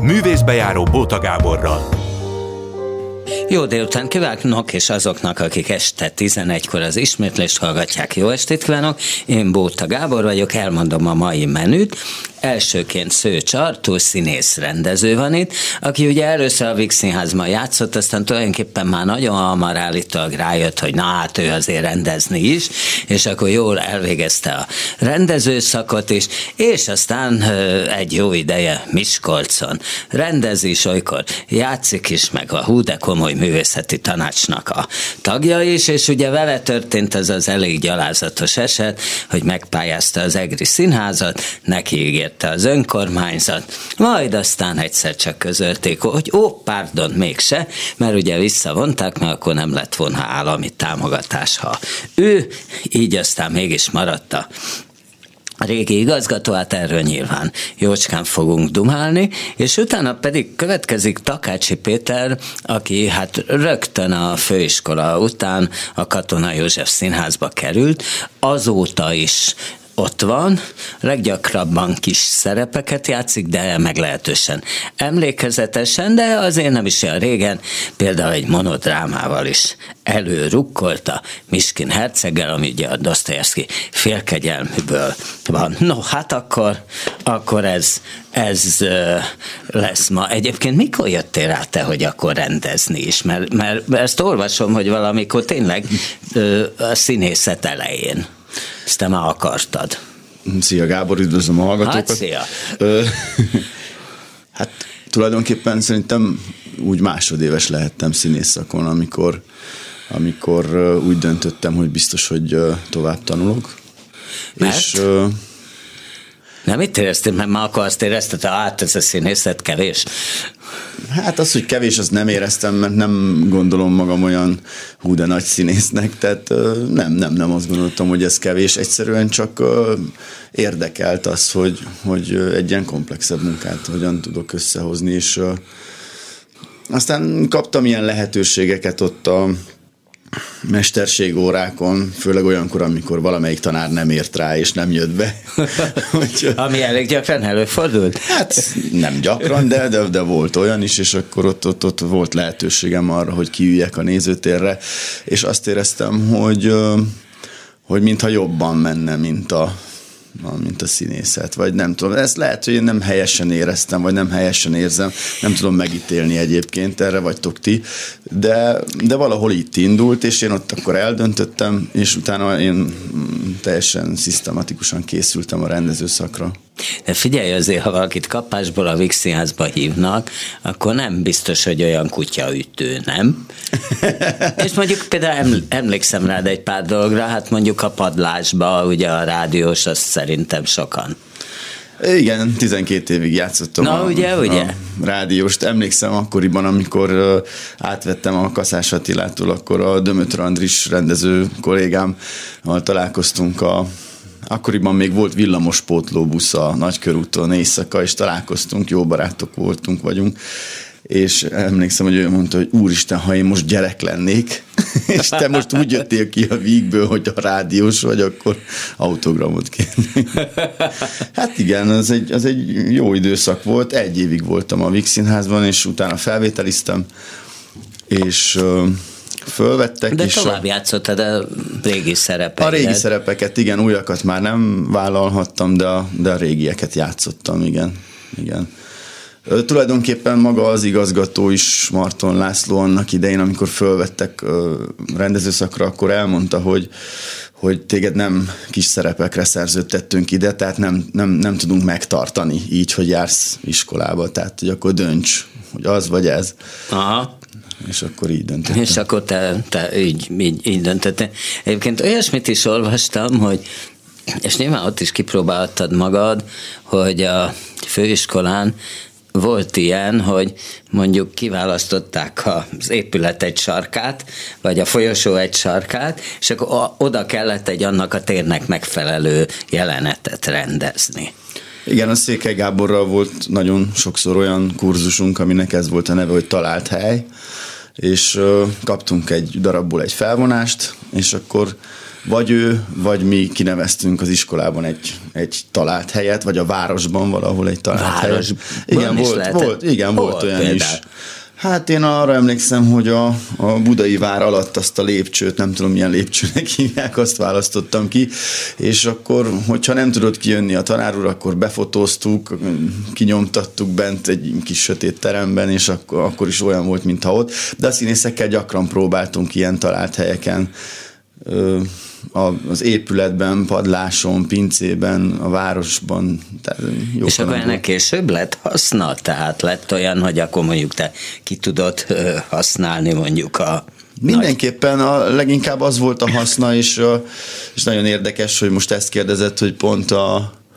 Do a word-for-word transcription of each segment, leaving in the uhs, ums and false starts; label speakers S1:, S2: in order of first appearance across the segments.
S1: Művészbejáró Bóta Gáborral.
S2: Jó délután kívánok, és azoknak, akik este tizenegykor az ismétlést hallgatják, jó estét kívánok. Én Bóta Gábor vagyok, elmondom a mai menüt. Elsőként Szőcs Artúr színész rendező van itt, aki ugye először a Víg Színházban játszott, aztán tulajdonképpen már nagyon hamar állítólag rájött, hogy na hát ő azért rendezni is, és akkor jól elvégezte a rendezőszakot is, és aztán egy jó ideje Miskolcon rendez is, olykor játszik is, meg a hú de komoly művészeti tanácsnak a tagja is, és ugye vele történt ez az elég gyalázatos eset, hogy megpályázta az Egri Színházat, neki ígért az önkormányzat, majd aztán egyszer csak közölték, hogy ó, pardon, mégse, mert ugye visszavonták, mert akkor nem lett volna állami támogatás, ha ő, így aztán mégis maradt a A régi igazgató, hát erről nyilván jócskán fogunk dumálni, és utána pedig következik Takácsi Péter, aki hát rögtön a főiskola után a Katona József Színházba került, azóta is ott van, leggyakrabban kis szerepeket játszik, de meglehetősen emlékezetesen, de azért nem is olyan régen, például egy monodrámával is előrukkolta Miskin herceggel, ami ugye a Dosztojevszky Félkegyelműből van. No, hát akkor, akkor ez, ez lesz ma. Egyébként mikor jöttél rá te, hogy akkor rendezni is? Mert, mert ezt olvasom, hogy valamikor tényleg a színészet elején. Ezt te már akartad.
S3: Szia Gábor, üdvözlöm a hallgatókat.
S2: Hát szia.
S3: Hát tulajdonképpen szerintem úgy másodéves lehettem színészszakon, amikor, amikor úgy döntöttem, hogy biztos, hogy tovább tanulok.
S2: Mert?
S3: És,
S2: nem mit éreztél, mert már akkor azt érezted, hát ez a színészet kevés?
S3: Hát az, hogy kevés, azt nem éreztem, mert nem gondolom magam olyan hú de nagy színésznek, tehát nem, nem, nem azt gondoltam, hogy ez kevés, egyszerűen csak érdekelt az, hogy, hogy egy ilyen komplexebb munkát hogyan tudok összehozni, és aztán kaptam ilyen lehetőségeket ott a mesterségórákon, főleg olyankor, amikor valamelyik tanár nem ért rá, és nem jött be.
S2: Ami elég gyakran előfordult?
S3: Hát nem gyakran, de, de, de volt olyan is, és akkor ott, ott, ott volt lehetőségem arra, hogy kiüljek a nézőtérre, és azt éreztem, hogy, hogy mintha jobban menne, mint a mint a színészet, vagy nem tudom. Ezt lehet, hogy én nem helyesen éreztem, vagy nem helyesen érzem, nem tudom megítélni egyébként, erre vagytok ti, de, de valahol itt indult, és én ott akkor eldöntöttem, és utána én teljesen szisztematikusan készültem a rendezőszakra.
S2: De figyelj azért, ha valakit kapásból a Víg Színházba hívnak, akkor nem biztos, hogy olyan kutyaütő, nem? És mondjuk például emlékszem rád egy pár dologra, hát mondjuk a Padlásba, ugye a rádiós, azt szerintem sokan.
S3: Igen, tizenkét évig játszottam
S2: Na,
S3: a,
S2: ugye, ugye?
S3: a rádióst. Emlékszem akkoriban, amikor uh, átvettem a Kaszás Attilától, akkor a Dömötör Andris rendező kollégámmal találkoztunk a akkoriban még volt villamospótlóbusz a Nagykörúton éjszaka, és találkoztunk, jó barátok voltunk, vagyunk, és emlékszem, hogy ő mondta, hogy úristen, ha én most gyerek lennék, és te most úgy jöttél ki a Vígből, hogy a rádiós vagy, akkor autogramot kérni. Hát igen, az egy, az egy jó időszak volt, egy évig voltam a Víg Színházban, és utána felvételiztem, és fölvettek.
S2: De
S3: és
S2: tovább
S3: a,
S2: játszottad a régi szerepeket.
S3: A régi szerepeket, igen, újakat már nem vállalhattam, de a, de a régieket játszottam, igen. igen. Ö, tulajdonképpen maga az igazgató is, Marton László, annak idején, amikor fölvettek ö, rendezőszakra, akkor elmondta, hogy, hogy téged nem kis szerepekre szerződtettünk ide, tehát nem, nem, nem tudunk megtartani így, hogy jársz iskolába, tehát hogy akkor dönts, hogy az vagy ez.
S2: Aha.
S3: És akkor így döntöttem.
S2: És akkor te, te így, így, így döntöttél. Egyébként olyasmit is olvastam, hogy, és nyilván ott is kipróbáltad magad, hogy a főiskolán volt ilyen, hogy mondjuk kiválasztották az épület egy sarkát, vagy a folyosó egy sarkát, és akkor oda kellett egy annak a térnek megfelelő jelenetet rendezni.
S3: Igen, a Székely Gáborral volt nagyon sokszor olyan kurzusunk, aminek ez volt a neve, hogy talált hely, és uh, kaptunk egy darabból egy felvonást, és akkor vagy ő, vagy mi kineveztünk az iskolában egy, egy talált helyet, vagy a városban valahol egy talált
S2: Város,
S3: helyet. Igen, volt, volt, igen,
S2: Hol
S3: volt olyan
S2: például?
S3: is. Hát én arra emlékszem, hogy a, a Budai vár alatt azt a lépcsőt, nem tudom milyen lépcsőnek hívják, azt választottam ki, és akkor, hogyha nem tudott kijönni a tanár úr, akkor befotóztuk, kinyomtattuk bent egy kis sötét teremben, és akkor, akkor is olyan volt, mintha ott, de a színészekkel gyakran próbáltunk ilyen talált helyeken, az épületben, padláson, pincében, a városban.
S2: És akkor ennek később lett haszna? Tehát lett olyan, hogy akkor mondjuk te ki tudod használni mondjuk a...
S3: Mindenképpen a, leginkább az volt a haszna, és, és nagyon érdekes, hogy most ezt kérdezett, hogy pont a,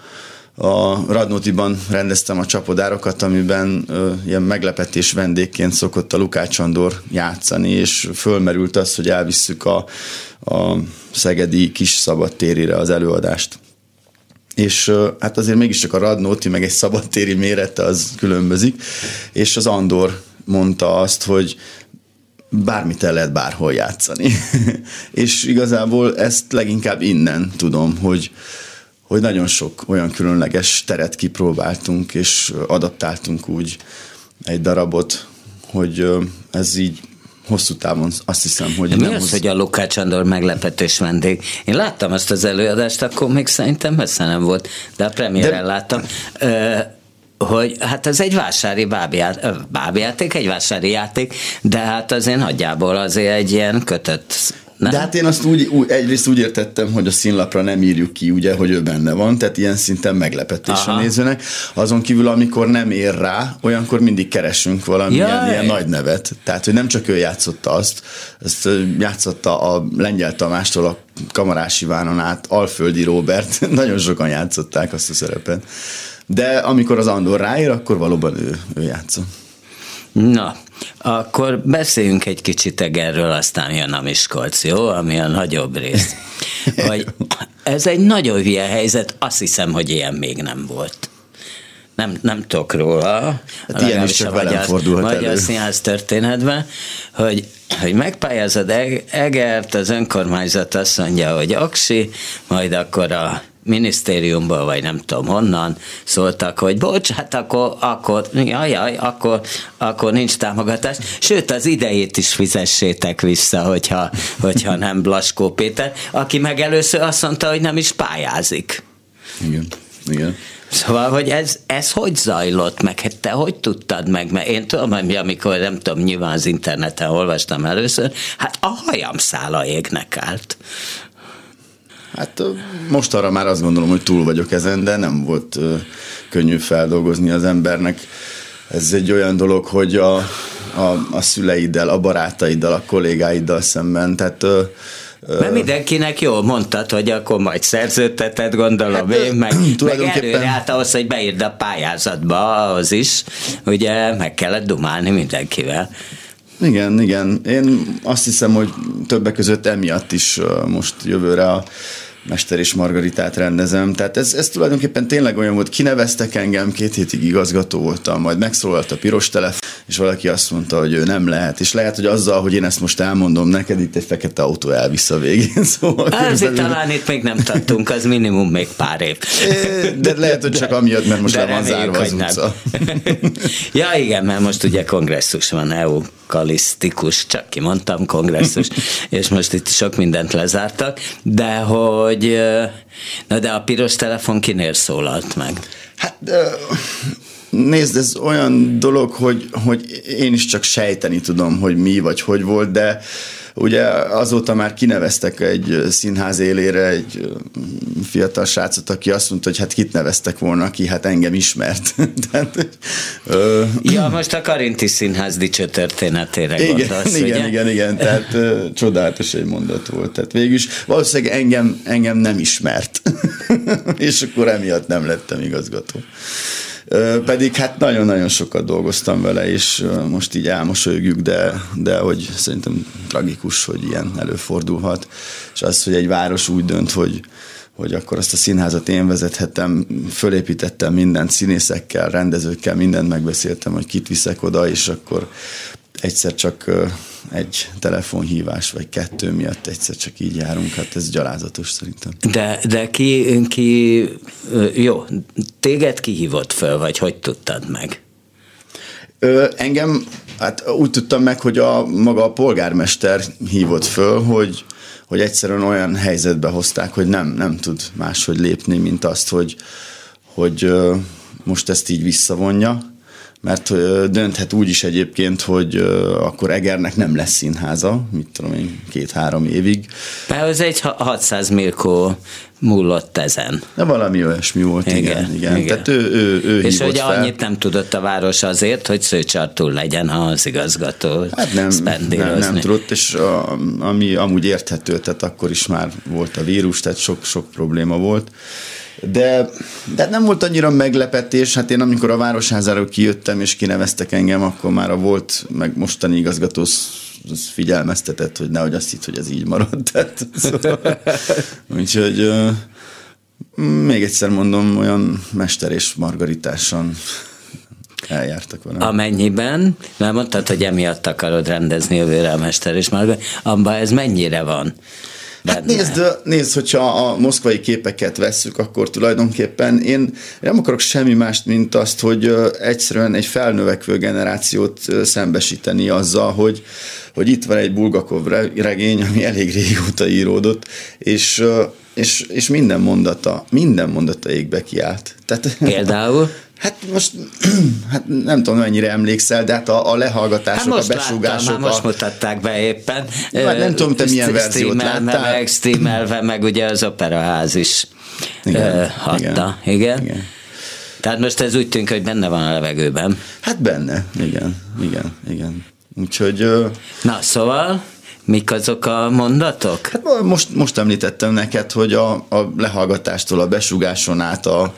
S3: a Radnótiban rendeztem a csapodárokat, amiben ö, ilyen meglepetés vendégként szokott a Lukács Andor játszani, és fölmerült az, hogy elvisszük a, a szegedi kis szabadtérire az előadást. És ö, hát azért mégiscsak a Radnóti, meg egy szabadtéri mérete az különbözik, és az Andor mondta azt, hogy bármit el lehet bárhol játszani. És igazából ezt leginkább innen tudom, hogy hogy nagyon sok olyan különleges teret kipróbáltunk, és adaptáltunk úgy egy darabot, hogy ez így hosszú távon azt hiszem, hogy...
S2: De mi
S3: nem
S2: az,
S3: hoz...
S2: hogy a Lukács Andor meglepetés vendég? Én láttam azt az előadást, akkor még szerintem messze nem volt, de a premiéren de... láttam, hogy hát ez egy vásári bábját, bábjáték, egy vásári játék, de hát azért nagyjából azért egy ilyen kötött... Nem?
S3: De hát én azt úgy, úgy, egyrészt úgy értettem, hogy a színlapra nem írjuk ki, ugye, hogy ő benne van, tehát ilyen szinten meglepetés a nézőnek. Azon kívül, amikor nem ér rá, olyankor mindig keresünk valamilyen ilyen nagy nevet. Tehát, hogy nem csak ő játszotta azt, ezt játszotta a Lengyel Tamástól a Kamarás Ivánon át Alföldi Róbert, nagyon sokan játszották azt a szerepet. De amikor az Andor ráér, akkor valóban ő, ő játszol.
S2: Na, akkor beszéljünk egy kicsit Egerről, aztán jön a Miskolc, jó? Ami a nagyobb rész. Hogy ez egy nagyon hülye helyzet, azt hiszem, hogy ilyen még nem volt. Nem, nem tudok róla.
S3: Hát ilyen is csak velem fordulhat elő.
S2: Magyar színház történetben, hogy, hogy megpályázod Egert, az önkormányzat azt mondja, hogy aksi, majd akkor a minisztériumból, vagy nem tudom honnan szóltak, hogy bocs, hát akkor, akkor jaj, jaj, akkor, akkor nincs támogatás. Sőt, az idejét is fizessétek vissza, hogyha, hogyha nem Blaskó Péter, aki meg először azt mondta, hogy nem is pályázik.
S3: Igen, igen.
S2: Szóval, hogy ez, ez hogy zajlott meg? Hát te hogy tudtad meg? Mert én tudom, hogy amikor nem tudom, nyilván az interneten olvastam először, hát a hajam szála égnek állt.
S3: Hát most arra már azt gondolom, hogy túl vagyok ezen, de nem volt uh, könnyű feldolgozni az embernek. Ez egy olyan dolog, hogy a, a, a szüleiddel, a barátaiddal, a kollégáiddal szemben, tehát... Uh,
S2: Mert mindenkinek jól mondtad, hogy akkor majd szerződteted, gondolom hát, én, meg, meg előre állt ahhoz, hogy beírd a pályázatba, ahhoz is, ugye meg kellett dumálni mindenkivel.
S3: Igen, igen. Én azt hiszem, hogy többek között emiatt is most jövőre a Mester és Margaritát rendezem. Tehát ez, ez tulajdonképpen tényleg olyan volt, kineveztek engem, két hétig igazgató voltam, majd megszólalt a piros telefon, és valaki azt mondta, hogy ő nem lehet. És lehet, hogy azzal, hogy én ezt most elmondom neked, itt egy fekete autó elvisz a végén. Szóval
S2: azért talán itt még nem tartunk, az minimum még pár év.
S3: De lehet, hogy csak amiatt, mert most le van zárva az utca.
S2: Ja igen, mert most ugye kongresszus van, eukalisztikus, csak kimondtam kongresszus, és most itt sok mindent lezártak, de hogy na de a piros telefon kinél szólalt meg?
S3: Hát nézd, ez olyan dolog, hogy, hogy én is csak sejteni tudom, hogy mi vagy hogy volt, de ugye azóta már kineveztek egy színház élére egy fiatal srácot, aki azt mondta, hogy hát kit neveztek volna ki, hát engem ismert. Tehát, ö...
S2: Ja, most a Karinti Színház dicső történetére
S3: igen,
S2: gondolsz,
S3: igen,
S2: ugye?
S3: Igen, igen, tehát ö, csodálatos egy mondat volt. Tehát végülis valószínűleg engem, engem nem ismert, és akkor emiatt nem lettem igazgató. Pedig hát nagyon-nagyon sokat dolgoztam vele, és most így elmosolyogjuk, de, de hogy szerintem tragikus, hogy ilyen előfordulhat. És az, hogy egy város úgy dönt, hogy, hogy akkor azt a színházat én vezethetem, fölépítettem mindent színészekkel, rendezőkkel, mindent megbeszéltem, hogy kit viszek oda, és akkor egyszer csak egy telefonhívás, vagy kettő miatt egyszer csak így járunk, hát ez gyalázatos szerintem.
S2: De, de ki, ki, jó, téged ki hívott föl, vagy hogy tudtad meg?
S3: Ö, engem, hát úgy tudtam meg, hogy a maga a polgármester hívott föl, hogy, hogy egyszerűen olyan helyzetbe hozták, hogy nem, nem tud máshogy lépni, mint azt, hogy, hogy most ezt így visszavonja, mert dönthet úgy is egyébként, hogy akkor Egernek nem lesz színháza, mit tudom én, két-három évig.
S2: Mert ez egy hatszáz millió múlott ezen.
S3: De valami olyasmi volt, igen. igen, igen. igen. Tehát ő, ő, ő
S2: És hogy
S3: fel.
S2: Annyit nem tudott a város azért, hogy Szőcsartól legyen az igazgató.
S3: Hát nem, nem, nem tudott, és a, ami amúgy érthető, tehát akkor is már volt a vírus, tehát sok-sok probléma volt. De, de nem volt annyira meglepetés, hát én amikor a Városházáról kijöttem, és kineveztek engem, akkor már a volt, meg mostani igazgató az figyelmeztetett, hogy nehogy azt hitt, hogy ez így maradt. Tehát, szóval, úgyhogy uh, még egyszer mondom, olyan mester és margaritásan eljártak velem.
S2: Amennyiben, mert mondtad, hogy emiatt akarod rendezni jövőre a Mester és Margarit, abban ez mennyire van?
S3: Hát nézd, nézd, hogyha a moszkvai képeket vesszük, akkor tulajdonképpen én nem akarok semmi mást, mint azt, hogy egyszerűen egy felnövekvő generációt szembesíteni azzal, hogy, hogy itt van egy Bulgakov regény, ami elég régóta íródott, és, és, és minden mondata, minden mondata égbe kiállt. Tehát,
S2: például?
S3: Hát most, hát nem tudom, mennyire emlékszel, de hát a, a lehallgatások, hát a besúgások.
S2: Láttam, most mutatták be éppen.
S3: Hát nem tudom, te milyen verziót láttál.
S2: Meg streamelve, meg ugye az Operaház is igen, hatta. Igen. Igen. igen. Tehát most ez úgy tűnik, hogy benne van a levegőben.
S3: Hát benne, igen, igen, igen. Úgyhogy...
S2: Na, szóval... Mik azok a mondatok?
S3: Hát most, most említettem neked, hogy a, a lehallgatástól a besúgáson át a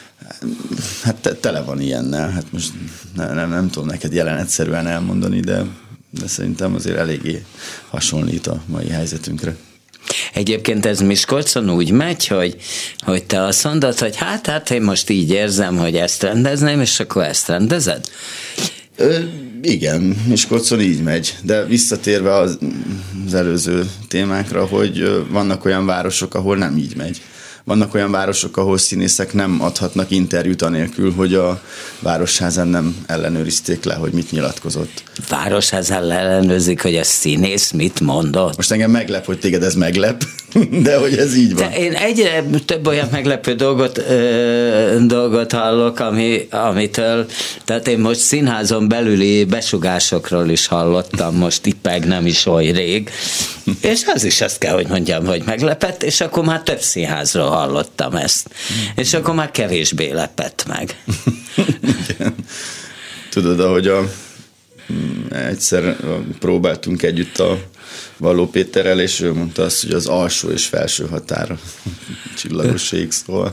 S3: hát tele van ilyennel, hát most nem, nem, nem tudom neked jelenetszerűen elmondani, de, de szerintem azért eléggé hasonlít a mai helyzetünkre.
S2: Egyébként ez Miskolcon úgy megy, hogy, hogy te azt mondod, hogy hát, hát én most így érzem, hogy ezt rendezném, és akkor ezt rendezed?
S3: Ö, igen, Miskolcon így megy, de visszatérve az, az előző témákra, hogy vannak olyan városok, ahol nem így megy. Vannak olyan városok, ahol színészek nem adhatnak interjút anélkül, hogy a Városházán nem ellenőrizték le, hogy mit nyilatkozott.
S2: Városházán ellenőrzik, hogy a színész mit mondott?
S3: Most engem meglep, hogy téged ez meglep, de hogy ez így van.
S2: De én egyre több olyan meglepő dolgot, ö, dolgot hallok, ami, amitől, tehát én most színházon belüli besugásokról is hallottam, most itt meg nem is oly rég, és az is azt kell, hogy mondjam, hogy meglepett, és akkor már több színházról hallottam ezt. És akkor már kevésbé lepett meg.
S3: Igen. Tudod, ahogy a, egyszer próbáltunk együtt a Valló Péterrel, és ő mondta azt, hogy az alsó és felső határa csillagos ég, szóval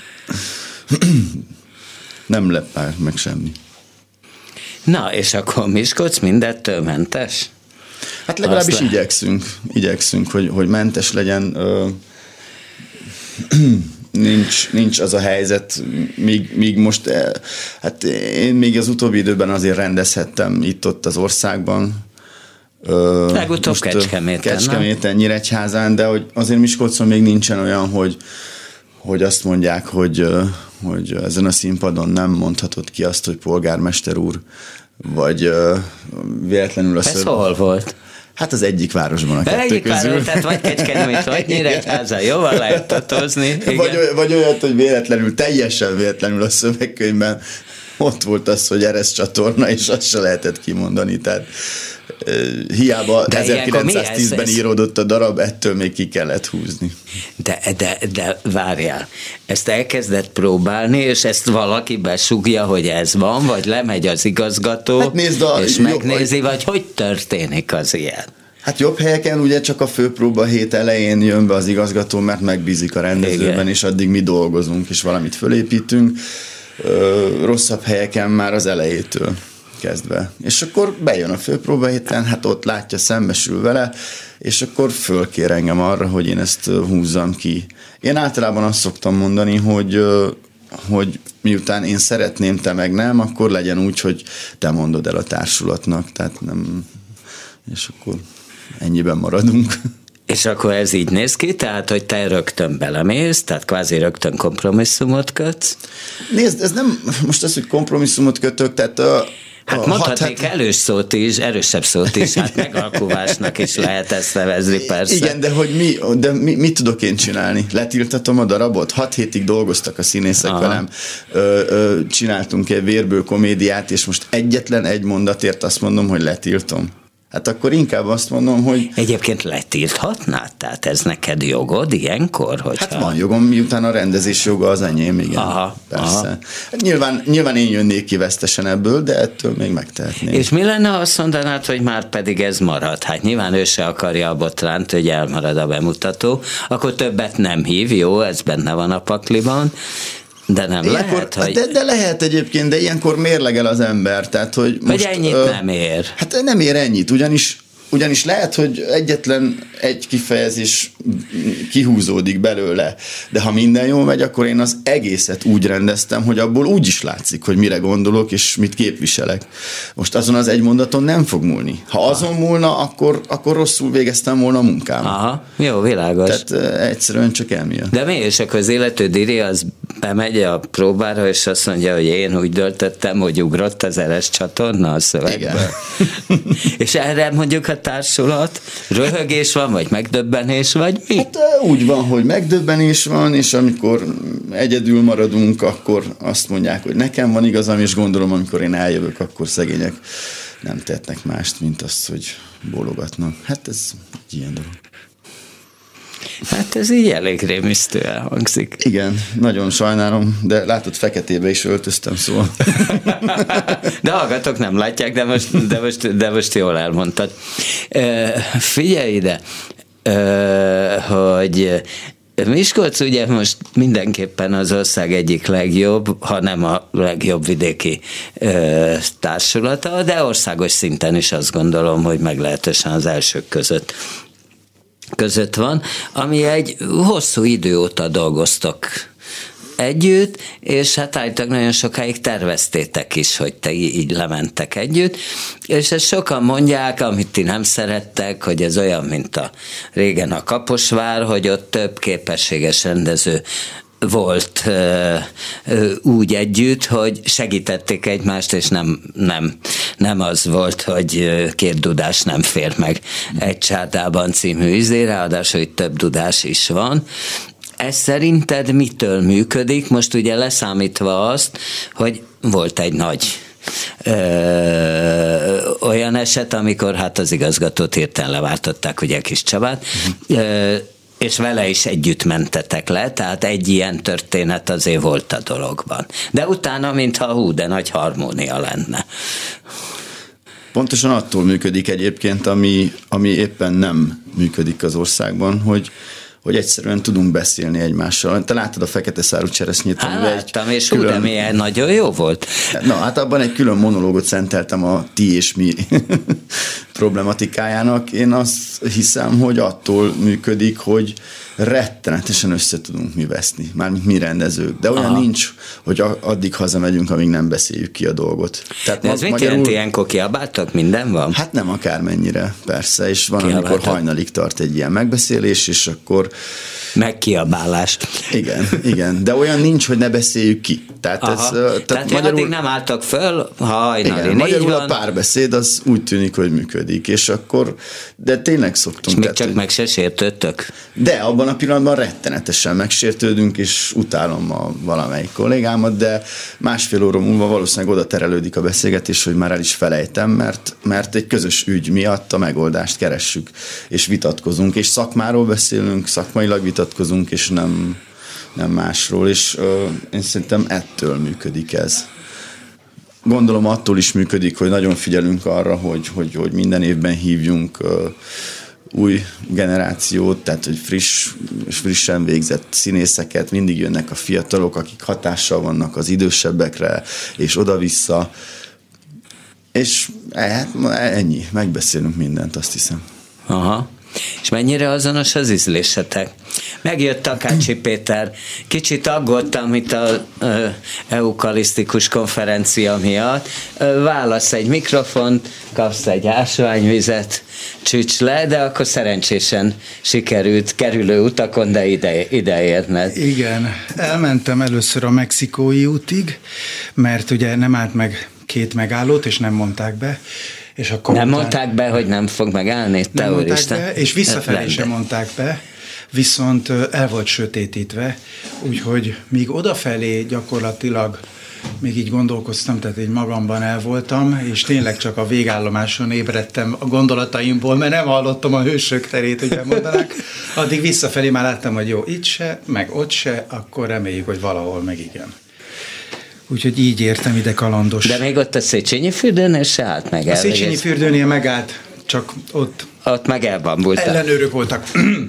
S3: nem lep meg semmi.
S2: Na, és akkor Miskolc mindettől mentes?
S3: Hát legalábbis le... igyekszünk, igyekszünk, hogy, hogy mentes legyen. Ö, nincs, nincs az a helyzet, míg, míg most, hát én még az utóbbi időben azért rendezhettem itt-ott az országban.
S2: Legutóbb Kecskeméten.
S3: Kecskeméten, Nyíregyházán, de hogy azért Miskolcon még nincsen olyan, hogy, hogy azt mondják, hogy, hogy ezen a színpadon nem mondhatod ki azt, hogy polgármester úr, vagy véletlenül a
S2: Ez ször... hol volt?
S3: Hát az egyik városban a kettő
S2: egyik
S3: közül.
S2: Város, tehát vagy Kecskemét, vagy Nyíregyháza, jóval lehet tatozni.
S3: Vagy, vagy olyat, hogy véletlenül, teljesen véletlenül a szövegkönyvben ott volt az, hogy Eresz csatorna, és azt se lehetett kimondani. Tehát hiába de ezerkilencszáztízben íródott a darab, ettől még ki kellett húzni.
S2: De, de, de várjál, ezt elkezdett próbálni, és ezt valaki besúgja, hogy ez van, vagy lemegy az igazgató, hát nézd a, és jó, megnézi, vagy hogy történik az ilyen?
S3: Hát jobb helyeken ugye csak a főpróba hét elején jön be az igazgató, mert megbízik a rendezőben, igen. És addig mi dolgozunk, és valamit fölépítünk. Ö, rosszabb helyeken már az elejétől kezdve. És akkor bejön a főpróba héten, hát ott látja, szembesül vele, és akkor fölkér engem arra, hogy én ezt húzzam ki. Én általában azt szoktam mondani, hogy, hogy miután én szeretném, te meg nem, akkor legyen úgy, hogy te mondod el a társulatnak, tehát nem, és akkor ennyiben maradunk.
S2: És akkor ez így néz ki, tehát, hogy te rögtön belemész, tehát kvázi rögtön kompromisszumot kötsz?
S3: Nézd, ez nem, most az, hogy kompromisszumot kötök, tehát a,
S2: Hát mondhatnék hat, erős szót is, erősebb szót is, hát megalkuvásnak is lehet ezt nevezni, persze.
S3: Igen, de hogy mi, de mi, mit tudok én csinálni? Letiltatom a darabot? Hat hétig dolgoztak a színészek Aha. velem, ö, ö, csináltunk egy vérből komédiát, és most egyetlen egy mondatért azt mondom, hogy letiltom. Hát akkor inkább azt mondom, hogy...
S2: Egyébként letilthatnád? Tehát ez neked jogod ilyenkor? Hogyha...
S3: Hát van jogom, miután a rendezés joga az enyém, igen.
S2: Aha,
S3: persze.
S2: Aha.
S3: Hát nyilván, nyilván én jönnék ki vesztesen ebből, de ettől még megtehetném.
S2: És mi lenne, ha azt mondanád, hogy már pedig ez marad? Hát nyilván ő se akarja a botránt, hogy elmarad a bemutató, akkor többet nem hív, jó, ez benne van a pakliban. De nem ilyenkor, lehet, hogy...
S3: De, de lehet egyébként, de ilyenkor mérlegel az ember, tehát, hogy most...
S2: Hogy ennyit ö, nem ér.
S3: Hát nem ér ennyit, ugyanis, ugyanis lehet, hogy egyetlen egy kifejezés kihúzódik belőle, de ha minden jól megy, akkor én az egészet úgy rendeztem, hogy abból úgy is látszik, hogy mire gondolok, és mit képviselek. Most azon az egy mondaton nem fog múlni. Ha azon múlna, akkor, akkor rosszul végeztem volna a munkám.
S2: Aha, jó, világos.
S3: Tehát egyszerűen csak emiatt.
S2: De mi, és akkor az illető diri, az bemegy a próbára, és azt mondja, hogy én úgy döntöttem, hogy ugrott az eres csatorna a szövegből. És erre mondjuk a társulat röhögés van, vagy megdöbbenés, vagy mi?
S3: Hát úgy van, hogy megdöbbenés van, és amikor egyedül maradunk, akkor azt mondják, hogy nekem van igazam, és gondolom, amikor én eljövök, akkor szegények nem tettnek mást, mint azt, hogy bólogatnak. Hát ez egy ilyen dolog.
S2: Hát ez így elég rémisztő elhangzik.
S3: Igen, nagyon sajnálom, de látod, feketébe is öltöztem, szóval.
S2: De hallgatók nem látják, de most, de most, de most jól elmondtad. Figyelj ide, hogy Miskolc ugye most mindenképpen az ország egyik legjobb, ha nem a legjobb vidéki ö, társulata, de országos szinten is azt gondolom, hogy meglehetősen az elsők között között van, ami egy hosszú idő óta dolgoztok együtt, és hát állítólag nagyon sokáig terveztétek is, hogy te így lementek együtt, és ezt sokan mondják, amit ti nem szerettek, hogy ez olyan, mint a régen a Kaposvár, hogy ott több képességes rendező volt ö, ö, úgy együtt, hogy segítették egymást, és nem, nem, nem az volt, hogy két dudás nem fér meg egy csárdában című izé, ráadásul, hogy több dudás is van. Ez szerinted mitől működik? Most ugye leszámítva azt, hogy volt egy nagy Ö, olyan eset, amikor hát az igazgatót hirtelen leváltották, ugye Kis Csabát, ö, és vele is együtt mentetek le, tehát egy ilyen történet azért volt a dologban. De utána, mintha hú, de nagy harmónia lenne.
S3: Pontosan attól működik egyébként, ami, ami éppen nem működik az országban, hogy hogy egyszerűen tudunk beszélni egymással. Te láttad a Fekete szárú cseresznyét?
S2: Hát láttam, és külön... hú, de milyen nagyon jó volt.
S3: Na, hát abban egy külön monológot szenteltem a ti és mi problematikájának. Én azt hiszem, hogy attól működik, hogy rettenetesen össze tudunk mi veszni, mármint mi rendezők. De olyan Aha. nincs, hogy addig hazamegyünk, amíg nem beszéljük ki a dolgot. Tehát
S2: de ez ma, mit magyarul... jelent, ilyenkor kiabáltak? Minden van?
S3: Hát nem akármennyire, persze, és van, kiabáltak. Amikor hajnalig tart egy ilyen megbeszélés, és akkor...
S2: Megkiabálás.
S3: Igen, igen, de olyan nincs, hogy ne beszéljük ki. Tehát, ez,
S2: tehát, tehát magyarul... addig nem álltak föl, hajnali
S3: igen, magyarul van. A párbeszéd az úgy tűnik, hogy működik, és akkor, de tényleg szoktunk.
S2: És még tehát, csak hogy... meg se sértődtök?
S3: De abban a pillanatban rettenetesen megsértődünk, és utálom a valamelyik kollégámat, de másfél óra múlva valószínűleg oda terelődik a beszélgetés, hogy már el is felejtem, mert, mert egy közös ügy miatt a megoldást keressük, és vitatkozunk, és szakmáról beszélünk, szakmailag vitatkozunk, és nem, nem másról, és ö, én szerintem ettől működik ez. Gondolom attól is működik, hogy nagyon figyelünk arra, hogy, hogy, hogy minden évben hívjunk ö, új generációt, tehát hogy friss, frissen végzett színészeket, mindig jönnek a fiatalok, akik hatással vannak az idősebbekre, és oda-vissza, és hát ennyi, megbeszélünk mindent, azt hiszem.
S2: Aha. És mennyire azonos az ízlésetek? Megjött Takácsi Péter. Kicsit aggódtam itt az eukarisztikus konferencia miatt. Válasz egy mikrofont, kapsz egy ásványvizet, csücs le, de akkor szerencsésen sikerült kerülő utakon, de ide, ide érned.
S4: Igen, elmentem először a Mexikói útig, mert ugye nem állt meg két megállót, és nem mondták be. És akkor
S2: nem
S4: után...
S2: mondták be, hogy nem fog megállni?
S4: Nem mondták be, és visszafelé sem mondták be, viszont el volt sötétítve, úgyhogy míg odafelé gyakorlatilag még így gondolkoztam, tehát így magamban el voltam, és tényleg csak a végállomáson ébredtem a gondolataimból, mert nem hallottam a hősök terét, ugye mondanák. Addig visszafelé már láttam, hogy jó, itt se, meg ott se, akkor reméljük, hogy valahol meg igen. Úgyhogy így értem ide kalandos.
S2: De még ott a Széchenyi fürdőnél se állt meg el.
S4: A Széchenyi fürdőnél megállt, csak ott...
S2: Ott meg elbambultak.
S4: Ellenőrök voltak.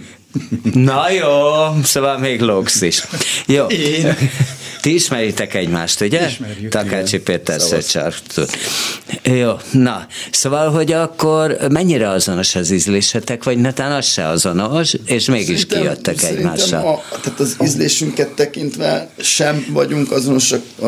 S2: Na jó, szóval még lógsz is. Jó.
S4: Én.
S2: Ti ismeritek egymást, ugye?
S4: Ismerjük.
S2: Takácsi Péter Szöcsartól. Jó, na, szóval, hogy akkor mennyire azonos az ízlésetek, vagy netán az se azonos, és mégis szerintem, kijöttek egymással.
S3: A, tehát az ízlésünket tekintve sem vagyunk azonosak. A,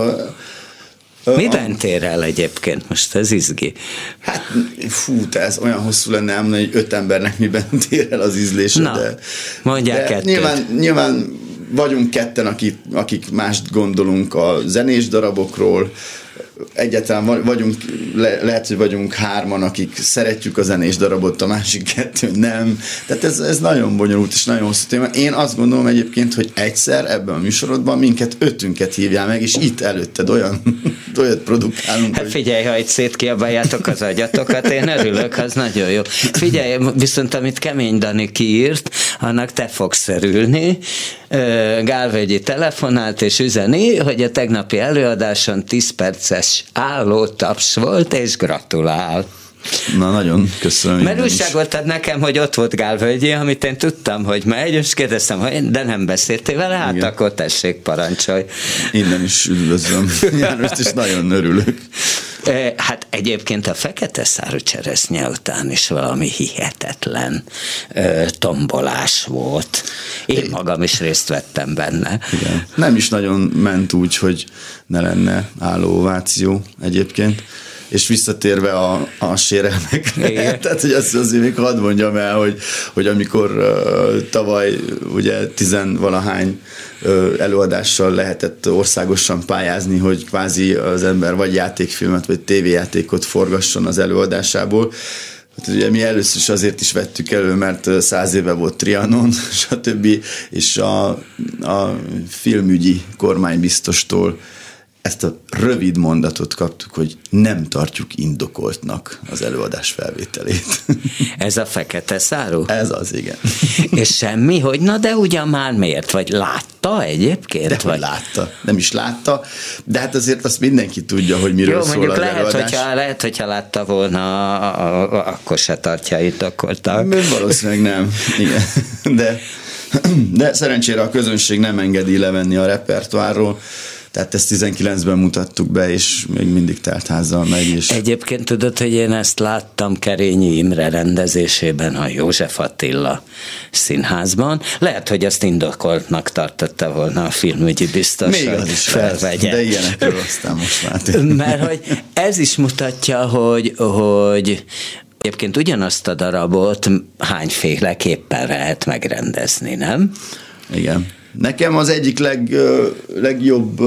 S3: a,
S2: Miben tér el egyébként most az izgi?
S3: Hát, fú, te ez olyan hosszú lenne elmondani, hogy öt embernek miben tér el az ízlése.
S2: Na,
S3: de,
S2: mondják
S3: de
S2: kettőt.
S3: Nyilván, nyilván vagyunk ketten, akik, akik mást gondolunk a zenés darabokról, egyáltalán vagyunk, le, lehet, hogy vagyunk hárman, akik szeretjük a zenés darabot, a másik kettő nem. Tehát ez, ez nagyon bonyolult és nagyon hosszú téma. Én azt gondolom egyébként, hogy egyszer ebben a műsorodban minket ötünket hívjál meg, és itt előtted olyan, olyat produkálunk.
S2: Hát figyelj, hogy... ha itt szétkiabáljátok az agyatokat, én örülök, az nagyon jó. Figyelj, viszont amit Kemény Dani kiírt, annak te fogsz örülni. Gálvölgyi telefonált és üzeni, hogy a tegnapi előadáson tíz perces álló taps volt, és gratulál.
S3: Na, nagyon köszönöm.
S2: Mert újságoltad nekem, hogy ott volt Gálvölgyi, amit én tudtam, hogy megy, és kérdeztem, hogy de nem beszéltél vele, hát igen. Akkor tessék, parancsolj.
S3: Innen is üdvözlöm Jánost, és nagyon örülök.
S2: Hát egyébként a fekete szárú cseresznye után is valami hihetetlen tombolás volt. Én magam is részt vettem benne.
S3: Igen. Nem is nagyon ment úgy, hogy ne lenne álló ováció egyébként. És visszatérve a, a sérelmekre, tehát hogy azt azért még hadd mondjam el, hogy, hogy amikor uh, tavaly ugye tizenvalahány uh, előadással lehetett országosan pályázni, hogy kvázi az ember vagy játékfilmet, vagy tévéjátékot forgasson az előadásából. Hát ugye mi először is azért is vettük elő, mert száz éve volt Trianon, stb. És a, a filmügyi kormánybiztostól ezt a rövid mondatot kaptuk, hogy nem tartjuk indokoltnak az előadás felvételét.
S2: Ez a fekete szárú?
S3: Ez az, igen.
S2: És semmi, hogy na de ugyan már miért? Vagy látta egyébként?
S3: De
S2: vagy?
S3: látta, nem is látta, de hát azért azt mindenki tudja, hogy miről
S2: jó,
S3: szól
S2: mondjuk
S3: az
S2: lehet,
S3: előadás.
S2: Hogyha, lehet, hogyha látta volna, akkor se tartja indokoltak.
S3: Valószínűleg nem, igen. De, de szerencsére a közönség nem engedi levenni a repertoárról. Tehát ezt tizenkilencben mutattuk be, és még mindig teltházzal megy. És...
S2: Egyébként tudod, hogy én ezt láttam Kerényi Imre rendezésében a József Attila színházban. Lehet, hogy azt indokoltnak tartotta volna a filmügyi biztos,
S3: még az is felvegye. De ilyenekről aztán most már.
S2: Mert hogy ez is mutatja, hogy, hogy egyébként ugyanazt a darabot hányféleképpen lehet megrendezni, nem?
S3: Igen. Nekem az egyik leg, legjobb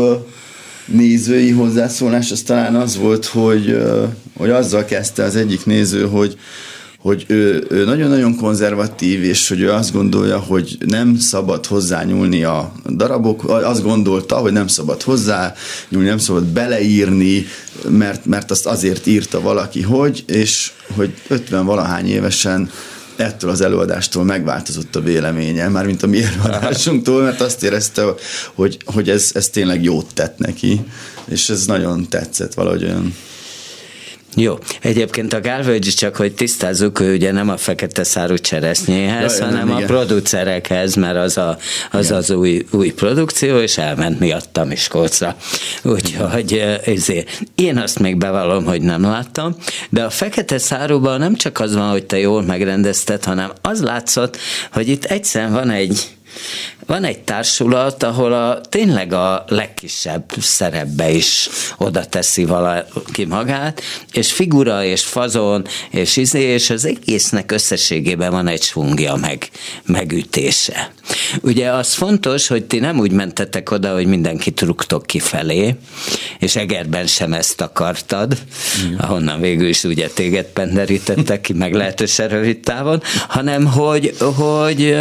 S3: nézői hozzászólás az talán az volt, hogy, hogy azzal kezdte az egyik néző, hogy, hogy ő, ő nagyon-nagyon konzervatív, és hogy ő azt gondolja, hogy nem szabad hozzányúlni a darabok, azt gondolta, hogy nem szabad hozzányúlni, nem szabad beleírni, mert, mert azt azért írta valaki, hogy, és hogy ötven valahány évesen ettől az előadástól megváltozott a véleménye, mármint a mi előadásunktól, mert azt érezte, hogy, hogy ez, ez tényleg jót tett neki, és ez nagyon tetszett valahogy olyan.
S2: Jó, egyébként a Gálvölgyi, csak hogy tisztázzuk, ő ugye nem a fekete szárú cseresznyéhez, ja, hanem nem, a igen. producerekhez, mert az a, az, az új, új produkció, és elment miatta Miskolcra. Úgyhogy ezért. Én azt még bevallom, hogy nem láttam, de a fekete száróban nem csak az van, hogy te jól megrendezted, hanem az látszott, hogy itt egyszerűen van egy Van egy társulat, ahol a, tényleg a legkisebb szerepbe is oda teszi valaki magát, és figura, és fazon, és izé, és az egésznek összességében van egy svungja, meg, megütése. Ugye az fontos, hogy ti nem úgy mentetek oda, hogy mindenkit rúgtok kifelé, és Egerben sem ezt akartad, mm. ahonnan végül is ugye téged penderítettek ki, meg lehetősen rövid távon, hanem hogy, hogy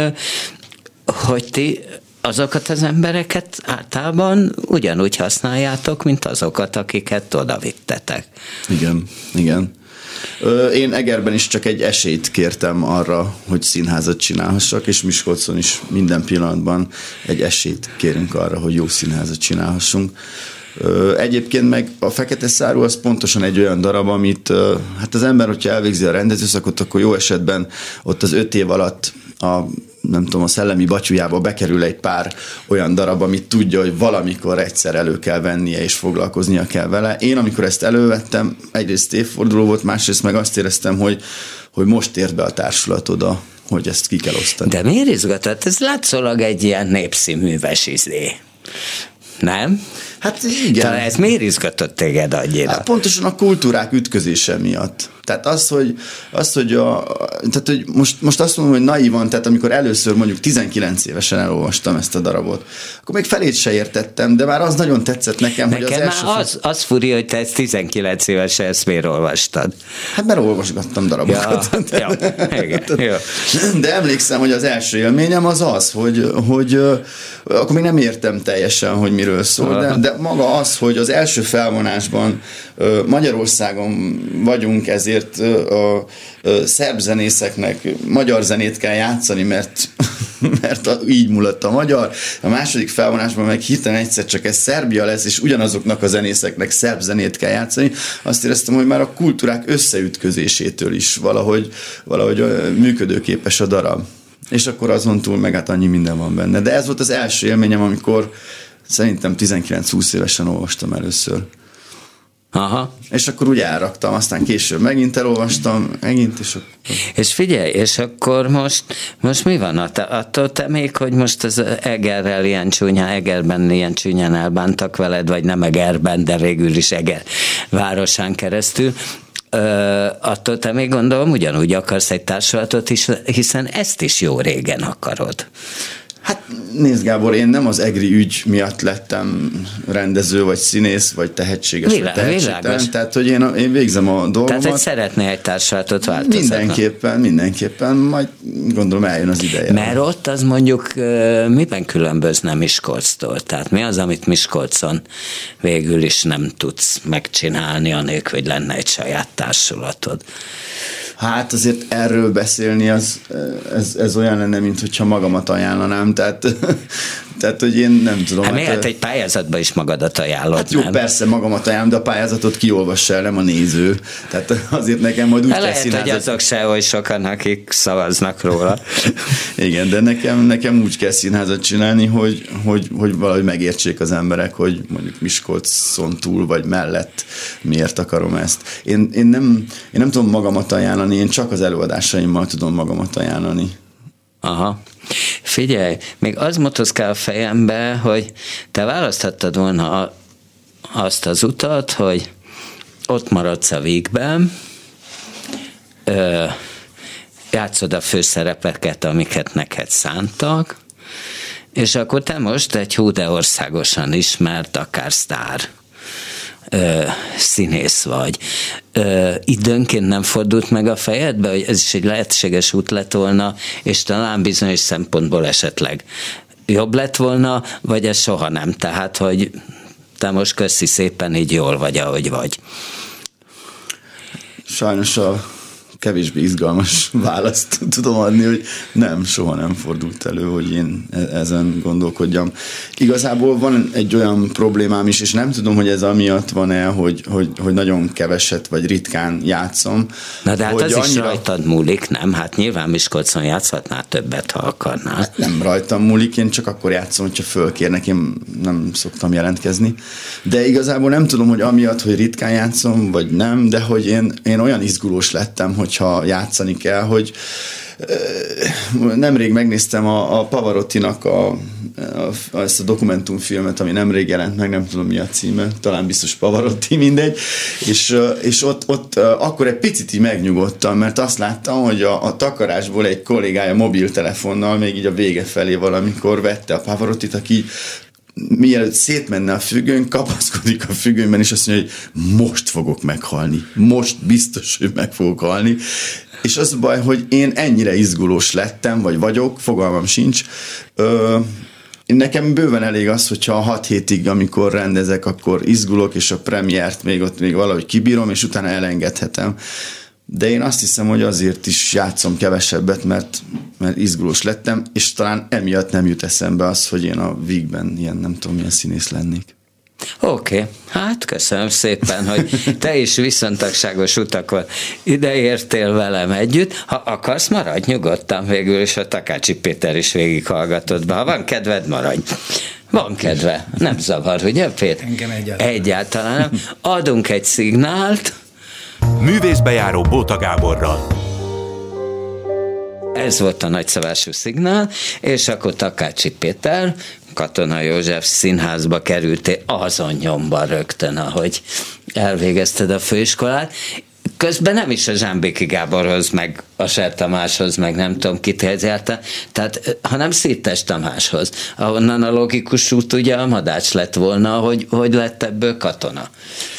S2: hogy ti azokat az embereket általában ugyanúgy használjátok, mint azokat, akiket odavittetek.
S3: Igen, igen. Én Egerben is csak egy esélyt kértem arra, hogy színházat csinálhassak, és Miskolcon is minden pillanatban egy esélyt kérünk arra, hogy jó színházat csinálhassunk. Egyébként meg a Fekete Szárú az pontosan egy olyan darab, amit hát az ember, hogyha elvégzi a rendezőszakot, akkor jó esetben ott az öt év alatt a nem tudom, a szellemi batyujába bekerül egy pár olyan darab, amit tudja, hogy valamikor egyszer elő kell vennie, és foglalkoznia kell vele. Én, amikor ezt elővettem, egyrészt évforduló volt, másrészt meg azt éreztem, hogy, hogy most ért be a társulat oda, hogy ezt ki kell osztani.
S2: De miért izgatott? Ez látszólag egy ilyen népszínműves izé. Nem?
S3: Hát igen.
S2: Talán ez miért izgatott téged annyira?
S3: Hát pontosan a kultúrák ütközése miatt. Tehát az, hogy, az, hogy, a, tehát, hogy most, most azt mondom, hogy naívan, tehát amikor először mondjuk tizenkilenc évesen elolvastam ezt a darabot, akkor még felét se értettem, de már az nagyon tetszett nekem,
S2: nekem
S3: hogy az első...
S2: Nekem az, az furi, hogy te ezt tizenkilenc évesen ezt miért olvastad?
S3: Hát mert olvasgattam darabokat.
S2: Ja, ja, igen, jó.
S3: De emlékszem, hogy az első élményem az az, hogy, hogy akkor még nem értem teljesen, hogy miről szól, de, de maga az, hogy az első felvonásban Magyarországon vagyunk, ezért a szerb zenészeknek magyar zenét kell játszani, mert, mert így mulat a magyar. A második felvonásban meg hirtelen egyszer csak ez Szerbia lesz, és ugyanazoknak a zenészeknek szerb zenét kell játszani. Azt éreztem, hogy már a kultúrák összeütközésétől is valahogy, valahogy működőképes a darab. És akkor azon túl meg hát annyi minden van benne. De ez volt az első élményem, amikor szerintem tizenkilenc-húsz évesen olvastam először.
S2: Aha.
S3: És akkor úgy elraktam, aztán később megint elolvastam, megint, és akkor...
S2: És figyelj, és akkor most, most mi van? Attól te még, hogy most az Egerrel ilyen csúnyán, Egerben ilyen csúnyán elbántak veled, vagy nem Egerben, de végül is Eger városán keresztül, Ö, attól te még gondolom ugyanúgy akarsz egy társulatot is, hiszen ezt is jó régen akarod.
S3: Hát nézd Gábor, én nem az egri ügy miatt lettem rendező, vagy színész, vagy tehetséges,
S2: Vilá,
S3: vagy tehetségtelen. Tehát, hogy én, én végzem a dolgomat.
S2: Tehát, hogy szeretné egy társulatot változtatni.
S3: Mindenképpen, mindenképpen, majd gondolom eljön az ideje.
S2: Mert ott az mondjuk miben különbözne Miskolctól? Tehát mi az, amit Miskolcon végül is nem tudsz megcsinálni, anélkül, hogy lenne egy saját társulatod?
S3: Hát azért erről beszélni, az, ez, ez olyan lenne, mint hogyha magamat ajánlanám, tehát, tehát hogy én nem tudom.
S2: Hát, hát miért egy pályázatba is magadat ajánlod?
S3: Hát jó,
S2: nem?
S3: Persze magamat ajánlom, de a pályázatot kiolvassa el, nem a néző. Tehát azért nekem majd úgy
S2: hát
S3: kell
S2: lehet,
S3: színházat...
S2: hogy azok se oly sokan, akik szavaznak róla.
S3: Igen, de nekem, nekem úgy kell színházat csinálni, hogy, hogy, hogy valahogy megértsék az emberek, hogy mondjuk Miskolcon túl vagy mellett miért akarom ezt. Én, én, nem, én nem tudom magamat ajánlani, én csak az előadásaimmal tudom magamat ajánlani.
S2: Aha. Figyelj, még az motoszkál a fejembe, hogy te választhattad volna azt az utat, hogy ott maradsz a Vígben, ö, játszod a főszerepeket, amiket neked szántak, és akkor te most egy hú de országosan ismert, akár sztár Ö, színész vagy. Ö, időnként nem fordult meg a fejedbe, hogy ez is egy lehetséges út lett volna, és talán bizonyos szempontból esetleg jobb lett volna, vagy ez soha nem. Tehát, hogy te most köszi szépen így jól vagy, ahogy vagy.
S3: Sajnos a kevésbé izgalmas választ tudom adni, hogy nem, soha nem fordult elő, hogy én ezen gondolkodjam. Igazából van egy olyan problémám is, és nem tudom, hogy ez amiatt van-e, hogy, hogy, hogy nagyon keveset vagy ritkán játszom.
S2: Na de hát
S3: hogy
S2: az annyira... is rajtad múlik, nem? Hát nyilván Miskolcon játszhatnál többet, ha akarnál.
S3: Hát nem rajtam múlik, én csak akkor játszom, hogyha fölkérnek, én nem szoktam jelentkezni. De igazából nem tudom, hogy amiatt, hogy ritkán játszom, vagy nem, de hogy én, én olyan izgulós lettem, hogyha játszani kell, hogy nemrég megnéztem a, a Pavarottinak a, a, ezt a dokumentumfilmet, ami nemrég jelent meg, nem tudom mi a címe, talán biztos Pavarotti, mindegy, és, és ott, ott akkor egy picit így megnyugodtam, mert azt láttam, hogy a, a takarásból egy kollégája mobiltelefonnal még így a vége felé valamikor vette a Pavarottit, aki mielőtt szétmenne a függöny, kapaszkodik a függönyben, és azt mondja, hogy most fogok meghalni. Most biztos, hogy meg fogok halni. És az a baj, hogy én ennyire izgulós lettem, vagy vagyok, fogalmam sincs. Ö, nekem bőven elég az, hogyha a hat hétig, amikor rendezek, akkor izgulok, és a premiért még ott még valahogy kibírom, és utána elengedhetem. De én azt hiszem, hogy azért is játszom kevesebbet, mert, mert izgulós lettem, és talán emiatt nem jut eszembe az, hogy én a Vígben ilyen, nem tudom, milyen színész lennék.
S2: Oké, okay. Hát köszönöm szépen, hogy te is viszontagságos utakon ideértél velem együtt. Ha akarsz, maradj nyugodtan, végül is a Takácsi Péter is végighallgatott be. Ha van kedved, maradj. Van kedve, nem zavar, ugye Péter?
S4: Engem egyáltalán.
S2: Egyáltalán nem. Adunk egy szignált.
S1: Művészbejáró Bóta Gáborral.
S2: Ez volt a nagyszabású szignál, és akkor Takácsi Péter, Katona József Színházba kerültél azon nyomban rögtön, ahogy elvégezted a főiskolát. Közben nem is a Zsámbéki Gáborhoz, meg a Ser Tamáshoz, meg nem tudom kithez jártál, tehát, hanem Szirtes Tamáshoz, ahonnan a logikus út ugye a Madács lett volna, hogy, hogy lett ebből katona.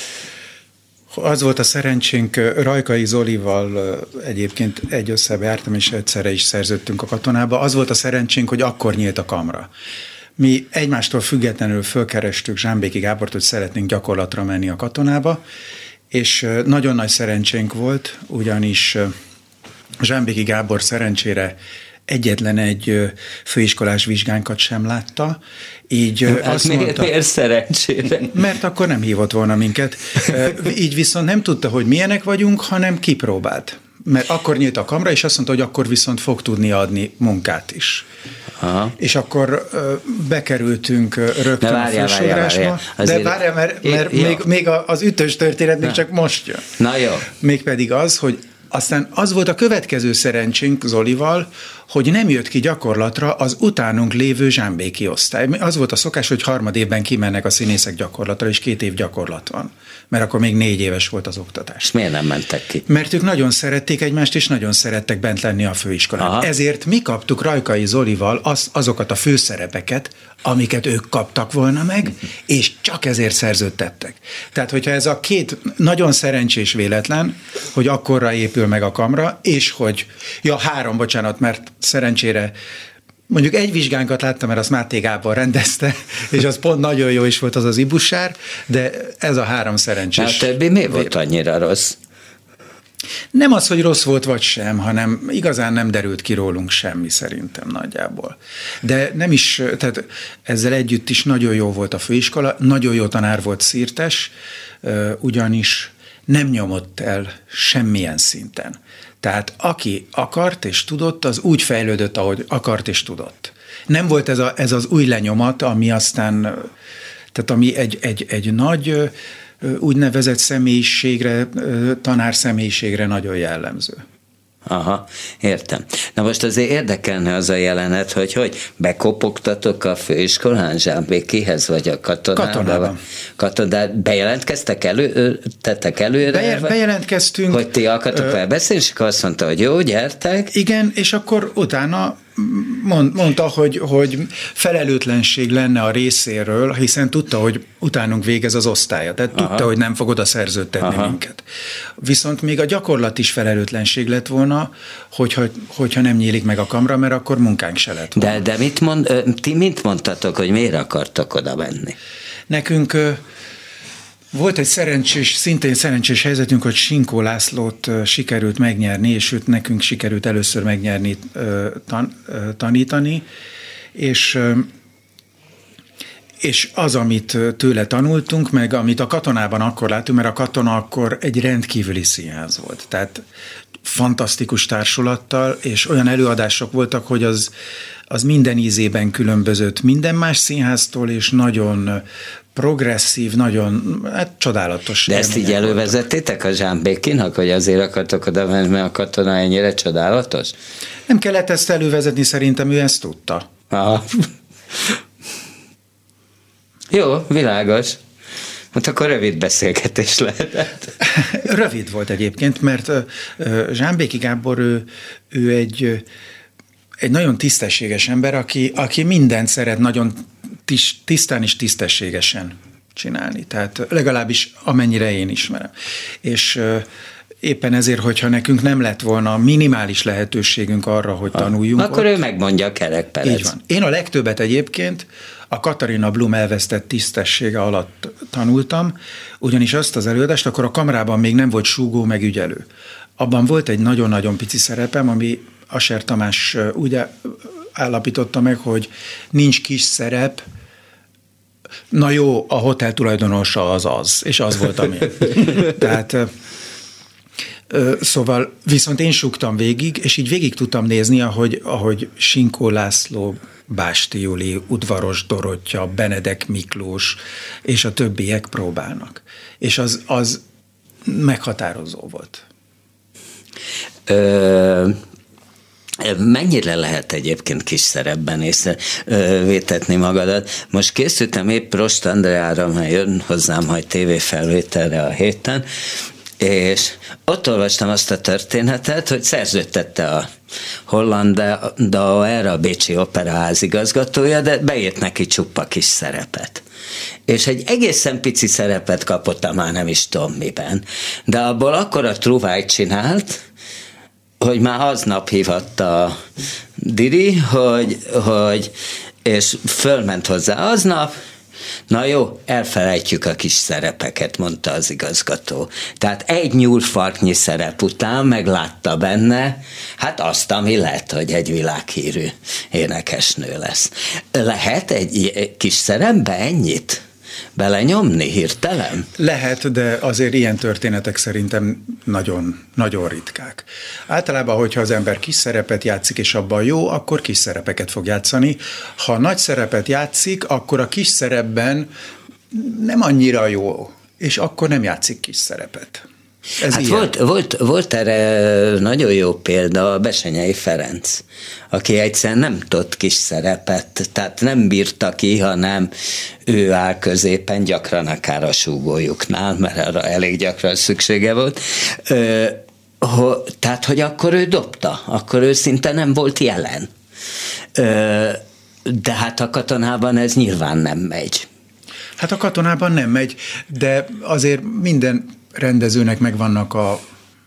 S4: Az volt a szerencsénk, Rajkai Zolival egyébként egy összebe jártam, és egyszerre is szerződtünk a katonába. Az volt a szerencsénk, hogy akkor nyílt a kamra. Mi egymástól függetlenül fölkerestük Zsámbéki Gábort, hogy szeretnénk gyakorlatra menni a katonába, és nagyon nagy szerencsénk volt, ugyanis Zsámbéki Gábor szerencsére egyetlen egy főiskolás vizsgánkat sem látta, így
S2: hát
S4: azt
S2: miért,
S4: mondta...
S2: Miért szerencsére?
S4: Mert akkor nem hívott volna minket. Így viszont nem tudta, hogy milyenek vagyunk, hanem kipróbált. Mert akkor nyílt a kamra, és azt mondta, hogy akkor viszont fog tudni adni munkát is. Aha. És akkor bekerültünk rögtön várjál, a fősorolásba. De várjál, mert, mert még, még az ütős történet még csak most jön.
S2: Na jó.
S4: Mégpedig az, hogy aztán az volt a következő szerencsénk Zolival, hogy nem jött ki gyakorlatra az utánunk lévő zsámbéki osztály. Az volt a szokás, hogy harmadévben kimennek a színészek gyakorlatra, és két év gyakorlat van. Mert akkor még négy éves volt az oktatás.
S2: És miért nem mentek ki?
S4: Mert ők nagyon szerették egymást, és nagyon szerettek bent lenni a főiskolán. Aha. Ezért mi kaptuk Rajkai Zolival az, azokat a főszerepeket, amiket ők kaptak volna meg, és csak ezért szerződtettek. Tehát, hogyha ez a két nagyon szerencsés véletlen, hogy akkorra épül meg a kamra, és hogy, ja három, bocsánat, mert szerencsére mondjuk egy vizsgánkat láttam, mert azt Máté Gábor rendezte, és az pont nagyon jó is volt az az Ibussár, de ez a három szerencsés.
S2: A többi mi volt annyira rossz?
S4: Nem az, hogy rossz volt vagy sem, hanem igazán nem derült ki rólunk semmi szerintem nagyjából. De nem is, tehát ezzel együtt is nagyon jó volt a főiskola, nagyon jó tanár volt Szirtes, ugyanis nem nyomott el semmilyen szinten. Tehát aki akart és tudott, az úgy fejlődött, ahogy akart és tudott. Nem volt ez, a, ez az új lenyomat, ami aztán, tehát ami egy, egy, egy nagy úgynevezett személyiségre, tanár személyiségre nagyon jellemző.
S2: Aha, értem. Na most azért érdekelne az a jelenet, hogy hogy bekopogtatok a főiskolán Zsámbékihez, vagy a katonába?
S4: Katonában.
S2: Katonában. Bejelentkeztek elő, tettek előre?
S4: Be, bejelentkeztünk.
S2: Hogy ti akartok vele beszélni, és akkor azt mondta, hogy jó, gyertek.
S4: Igen, és akkor utána mond, mondta, hogy, hogy felelőtlenség lenne a részéről, hiszen tudta, hogy utánunk végez az osztálya, tehát Aha. tudta, hogy nem fog oda szerződtetni Aha. minket. Viszont még a gyakorlat is felelőtlenség lett volna, hogyha, hogyha nem nyílik meg a kamra, mert akkor munkánk se lett volna.
S2: De, de mit mond, ti mit mondtatok, hogy miért akartok oda menni?
S4: Nekünk Volt egy szerencsés, szintén szerencsés helyzetünk, hogy Sinkó Lászlót sikerült megnyerni, és őt nekünk sikerült először megnyerni, tan, tanítani, és És az, amit tőle tanultunk, meg amit a Katonában akkor láttunk, mert a Katona akkor egy rendkívüli színház volt. Tehát fantasztikus társulattal, és olyan előadások voltak, hogy az, az minden ízében különbözött minden más színháztól, és nagyon progresszív, nagyon hát, csodálatos.
S2: De ezt így elővezettétek a Zsámbékinak, hogy azért akartok oda menni, mert a Katona ennyire csodálatos?
S4: Nem kellett ezt elővezetni, szerintem ő ezt tudta.
S2: Aha. Jó, világos. Hát akkor rövid beszélgetés lehetett.
S4: Rövid volt egyébként, mert Zsámbéki Gábor, ő, ő egy, egy nagyon tisztességes ember, aki, aki mindent szeret nagyon tisztán és tisztességesen csinálni. Tehát legalábbis amennyire én ismerem. És éppen ezért, hogyha nekünk nem lett volna minimális lehetőségünk arra, hogy tanuljunk.
S2: Akkor
S4: ott,
S2: ő megmondja a Kerek Perec.
S4: Így van. Én a legtöbbet egyébként a Katarina Blum elvesztett tisztessége alatt tanultam, ugyanis azt az előadást akkor a kamerában még nem volt súgó meg ügyelő. Abban volt egy nagyon-nagyon pici szerepem, ami Asser Tamás úgy állapította meg, hogy nincs kis szerep, na jó, a hotel tulajdonosa az az, és az volt, ami. Tehát szóval viszont én súgtam végig, és így végig tudtam nézni, ahogy, ahogy Sinkó László, Básti Juli, Udvaros Dorottya, Benedek Miklós és a többiek próbálnak. És az, az meghatározó volt.
S2: Ö, mennyire lehet egyébként kis szerepben észrevétetni magadat? Most készültem épp Prost Andreára, mert jön hozzám majd tévéfelvételre a héten, és ott olvastam azt a történetet, hogy szerződtette a Holland Dauer, a Bécsi Operaház igazgatója, de beírt neki csupa kis szerepet. És egy egészen pici szerepet kapott, már nem is tudom miben. De abból akkor a truvájt csinált, hogy már aznap hívott a Diri, hogy, hogy és fölment hozzá aznap, na jó, elfelejtjük a kis szerepeket, mondta az igazgató. Tehát egy nyúlfarknyi szerep után meglátta benne, hát azt, ami lehet, hogy egy világhírű énekesnő lesz. Lehet egy kis szerepbe ennyit belenyomni hirtelen?
S4: Lehet, de azért ilyen történetek szerintem nagyon, nagyon ritkák. Általában, hogyha az ember kis szerepet játszik, és abban jó, akkor kis szerepeket fog játszani. Ha nagy szerepet játszik, akkor a kis szerepben nem annyira jó, és akkor nem játszik kis szerepet. Ez
S2: hát volt, volt, volt erre nagyon jó példa a Bessenyei Ferenc, aki egyszerűen nem tudott kis szerepet, tehát nem bírta ki, hanem ő áll középen, gyakran akár a súgójuknál, mert arra elég gyakran szüksége volt. Ö, ho, tehát, hogy akkor ő dobta, akkor ő szinte nem volt jelen. Ö, de hát a Katonában ez nyilván nem megy.
S4: Hát a Katonában nem megy, de azért minden rendezőnek megvannak a,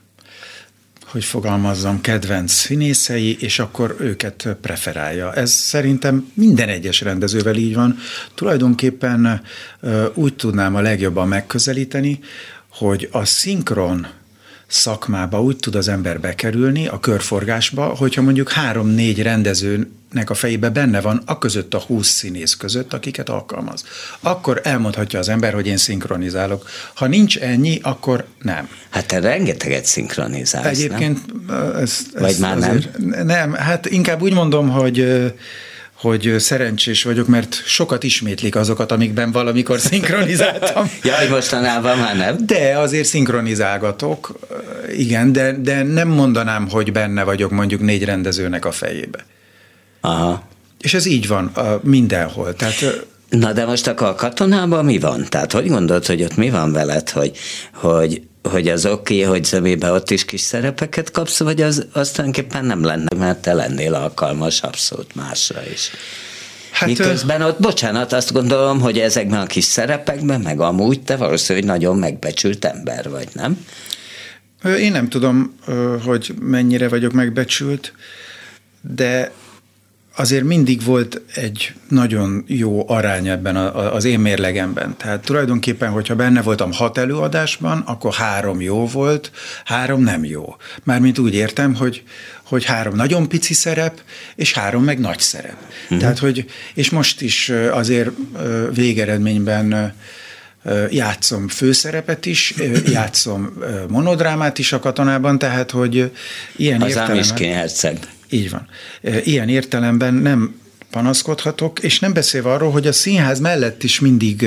S4: hogy fogalmazzam, kedvenc színészei, és akkor őket preferálja. Ez szerintem minden egyes rendezővel így van. Tulajdonképpen úgy tudnám a legjobban megközelíteni, hogy a szinkron szakmába úgy tud az ember bekerülni, a körforgásba, hogyha mondjuk három-négy rendezőnek a fejébe benne van a között, a húsz színész között, akiket alkalmaz. Akkor elmondhatja az ember, hogy én szinkronizálok. Ha nincs ennyi, akkor nem.
S2: Hát te rengeteget szinkronizálsz,
S4: Egyébként
S2: nem?
S4: Ez, ez
S2: Vagy már nem?
S4: Nem, hát inkább úgy mondom, hogy hogy szerencsés vagyok, mert sokat ismétlik azokat, amikben valamikor szinkronizáltam.
S2: Jaj, mostanában már nem.
S4: De azért szinkronizálgatok, igen, de, de nem mondanám, hogy benne vagyok mondjuk négy rendezőnek a fejébe.
S2: Aha.
S4: És ez így van mindenhol. Tehát,
S2: na de most akkor a Katonában mi van? Tehát hogy gondolod, hogy ott mi van veled, hogy, hogy hogy az oké, okay, hogy zömében ott is kis szerepeket kapsz, vagy az, az tulajdonképpen nem lenne, mert te lennél alkalmas abszolút másra is. Hát miközben ott, bocsánat, azt gondolom, hogy ezekben a kis szerepekben, meg amúgy te valószínűleg nagyon megbecsült ember vagy, nem?
S4: Én nem tudom, hogy mennyire vagyok megbecsült, de azért mindig volt egy nagyon jó arány ebben az én mérlegemben. Tehát tulajdonképpen, hogyha benne voltam hat előadásban, akkor három jó volt, három nem jó. Mármint úgy értem, hogy, hogy három nagyon pici szerep, és három meg nagy szerep. Uh-huh. Tehát, hogy, és most is azért végeredményben játszom főszerepet is, játszom monodrámát is a Katonában, tehát, hogy ilyen
S2: az
S4: értelemben...
S2: Az Amiskin herceg.
S4: Így van. Ilyen értelemben nem panaszkodhatok, és nem beszélve arról, hogy a színház mellett is mindig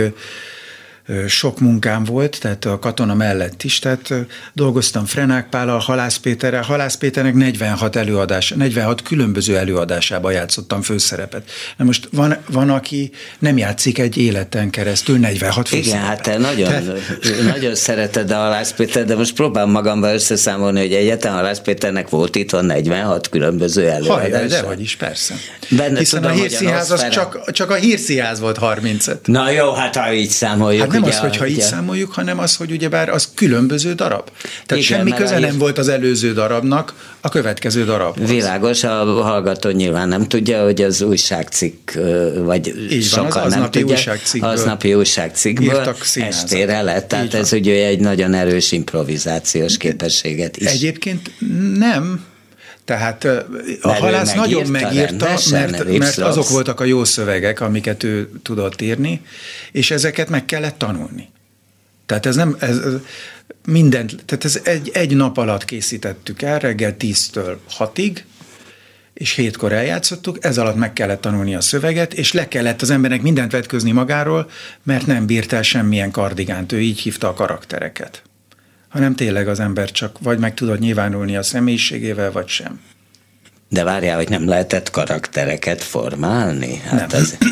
S4: sok munkám volt, tehát a Katona mellett is, tehát dolgoztam Frenák Pállal, Halász Péterrel, Halász Péternek negyvenhat előadás, negyvenhat különböző előadásában játszottam főszerepet. Na most van, van aki nem játszik egy életen keresztül negyvenhat főszerepet.
S2: Igen, hát te nagyon, tehát... nagyon szereted a Halász Péter, de most próbálom magamban összeszámolni, hogy egyetlen Halász Péternek volt itthon negyvenhat különböző előadás.
S4: Hajjaj, dehogy persze.
S2: Benne
S4: Hiszen tudom, a hírszínház az csak, csak a hírszínház volt harmincöt.
S2: Na jó, hát ha így számoljuk.
S4: Hát nem
S2: ugye,
S4: az, hogyha ugye... így számoljuk, hanem az, hogy ugyebár az különböző darab. Tehát
S2: igen,
S4: semmi köze
S2: hír...
S4: nem volt az előző darabnak a következő darabhoz.
S2: Világos, a hallgató nyilván nem tudja, hogy az újságcikk, vagy
S4: így
S2: sokan
S4: van, az
S2: nem
S4: aznapi
S2: tudja,
S4: újságcikkből
S2: aznapi újságcikkből estére lett, tehát ez ugye egy nagyon erős improvizációs képességet is.
S4: Egyébként nem. Tehát a mert Halász nagyon megírta, mert, mert azok voltak a jó szövegek, amiket ő tudott írni, és ezeket meg kellett tanulni. Tehát ez nem, ez mindent, tehát ez egy, egy nap alatt készítettük el, reggel tíztől hatig, és hétkor eljátszottuk, ez alatt meg kellett tanulni a szöveget, és le kellett az embernek mindent vetközni magáról, mert nem bírt el semmilyen kardigánt, ő így hívta a karaktereket. Hanem tényleg az ember csak vagy meg tudod nyilvánulni a személyiségével, vagy sem.
S2: De várjál, hogy nem lehetett karaktereket formálni? Hát
S4: nem.
S2: Ez...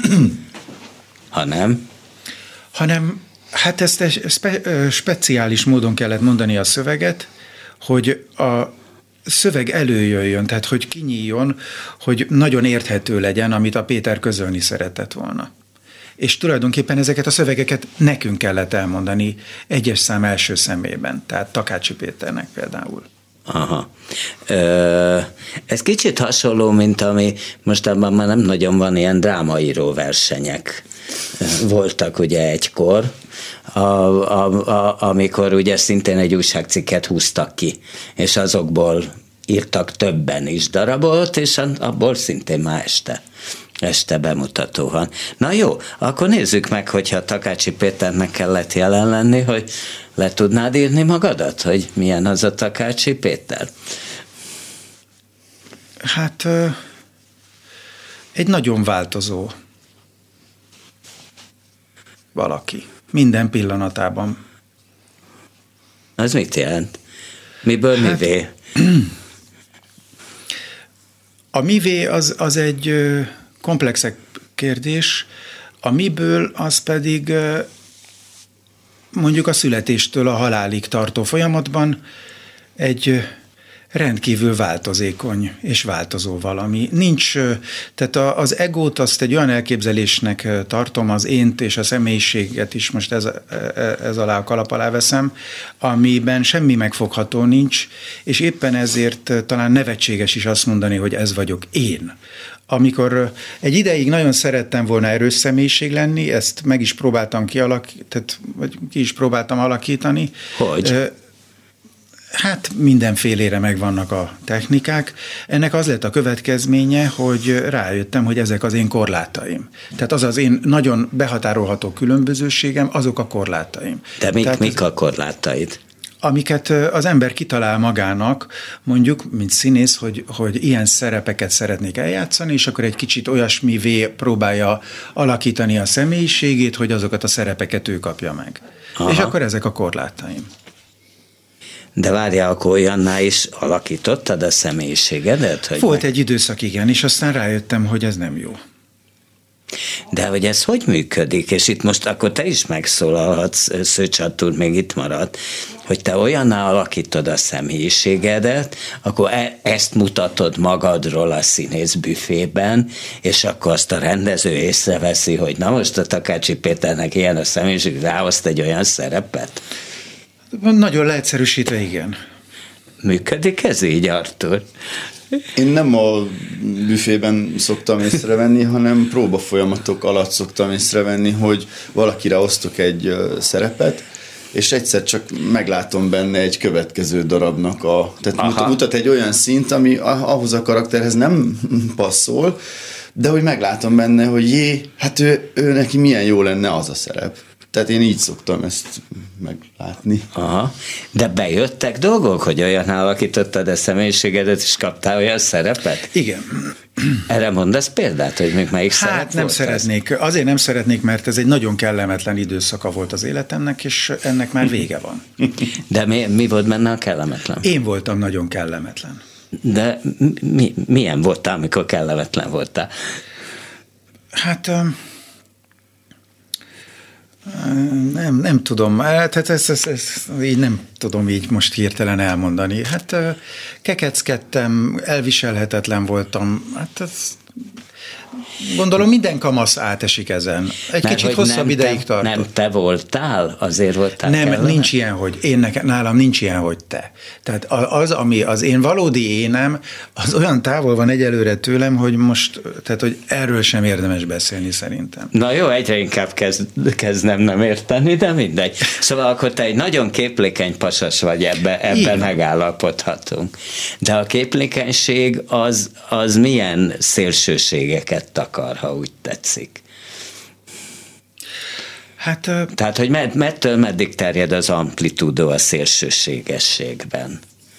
S2: Ha nem?
S4: Hanem, hát ezt spe, speciális módon kellett mondani a szöveget, hogy a szöveg előjöjjön, tehát hogy kinyíljon, hogy nagyon érthető legyen, amit a Péter közölni szeretett volna. És tulajdonképpen ezeket a szövegeket nekünk kellett elmondani egyes szám első szemében, tehát Takácsi Péternek például.
S2: Aha. Ö, ez kicsit hasonló, mint ami most abban már nem nagyon van, ilyen drámaíró versenyek voltak ugye egykor, a, a, a, amikor ugye szintén egy újságcikket húztak ki, és azokból írtak többen is darabot, és abból szintén már este. Este bemutató van. Na jó, akkor nézzük meg, hogyha Takácsi Péternek kellett jelen lenni, hogy le tudnád írni magadat, hogy milyen az a Takácsi Péter?
S4: Hát egy nagyon változó valaki. Minden pillanatában.
S2: Az mit jelent? Miből hát, mivé?
S4: A mivé az, az egy komplexebb kérdés, a miből az pedig mondjuk a születéstől a halálig tartó folyamatban egy rendkívül változékony és változó valami. Nincs, tehát az egót azt egy olyan elképzelésnek tartom, az ént és a személyiséget is most ez, ez alá a kalap alá veszem, amiben semmi megfogható nincs, és éppen ezért talán nevetséges is azt mondani, hogy ez vagyok én. Amikor egy ideig nagyon szerettem volna erős személyiség lenni, ezt meg is próbáltam kialakítani, vagy ki is próbáltam alakítani.
S2: Hogy?
S4: Hát mindenfélére megvannak a technikák. Ennek az lett a következménye, hogy rájöttem, hogy ezek az én korlátaim. Tehát az az én nagyon behatárolható különbözőségem, azok a korlátaim.
S2: De mik,
S4: Tehát
S2: mik a korlátaid?
S4: Amiket az ember kitalál magának, mondjuk, mint színész, hogy, hogy ilyen szerepeket szeretnék eljátszani, és akkor egy kicsit olyasmivé próbálja alakítani a személyiségét, hogy azokat a szerepeket ő kapja meg. Aha. És akkor ezek a korlátaim.
S2: De várjál, akkor olyanná is alakítottad a személyiségedet? Hogy
S4: Volt
S2: meg...
S4: egy időszak, igen, és aztán rájöttem, hogy ez nem jó.
S2: De hogy ez hogy működik? És itt most akkor te is megszólalhatsz, Szőcs Artúr még itt maradt, hogy te olyanná alakítod a személyiségedet, akkor e- ezt mutatod magadról a színész büfében, és akkor azt a rendező észreveszi, hogy na most a Takácsi Péternek ilyen a személyiség, ráhozt egy olyan szerepet?
S4: Nagyon leegyszerűsítve, igen.
S2: Működik ez így, Artur?
S3: Én nem a büfében szoktam észrevenni, hanem próbafolyamatok alatt szoktam észrevenni, hogy valakire osztok egy szerepet, és egyszer csak meglátom benne egy következő darabnak a... Tehát Aha. mutat egy olyan szint, ami ahhoz a karakterhez nem passzol, de hogy meglátom benne, hogy jé, hát ő, ő neki milyen jó lenne az a szerep. Tehát én így szoktam ezt meglátni.
S2: Aha. De bejöttek dolgok, hogy olyan alakítottad a személyiségedet, és kaptál olyan szerepet?
S4: Igen.
S2: Erre mondasz példát, hogy még melyik szerep
S4: Hát nem szeretnék. Ez? Azért nem szeretnék, mert ez egy nagyon kellemetlen időszaka volt az életemnek, és ennek már vége van.
S2: De mi, mi volt benne a kellemetlen?
S4: Én voltam nagyon kellemetlen.
S2: De mi, milyen voltál, amikor kellemetlen voltál?
S4: Hát... Nem, nem tudom, hát ezt, ezt, ezt így nem tudom így most hirtelen elmondani. Hát kekeckedtem, elviselhetetlen voltam, hát ez, gondolom minden kamasz átesik ezen. Egy Mert kicsit hosszabb ideig
S2: te,
S4: tartott.
S2: Nem te voltál? Azért voltál
S4: Nem,
S2: kellene?
S4: Nincs ilyen, hogy én nekem, nálam nincs ilyen, hogy te. Tehát az, ami az én valódi énem, az olyan távol van egyelőre tőlem, hogy most, tehát hogy erről sem érdemes beszélni szerintem.
S2: Na jó, egyre inkább kezd, kezdem nem érteni, de mindegy. Szóval akkor te egy nagyon képlékeny pasas vagy, ebbe, ebben megállapodhatunk. De a képlékenység az, az milyen szélsőségeket takar, ha úgy tetszik?
S4: Hát,
S2: Tehát, hogy med, mettől meddig terjed az amplitúdó a szélsőségességben?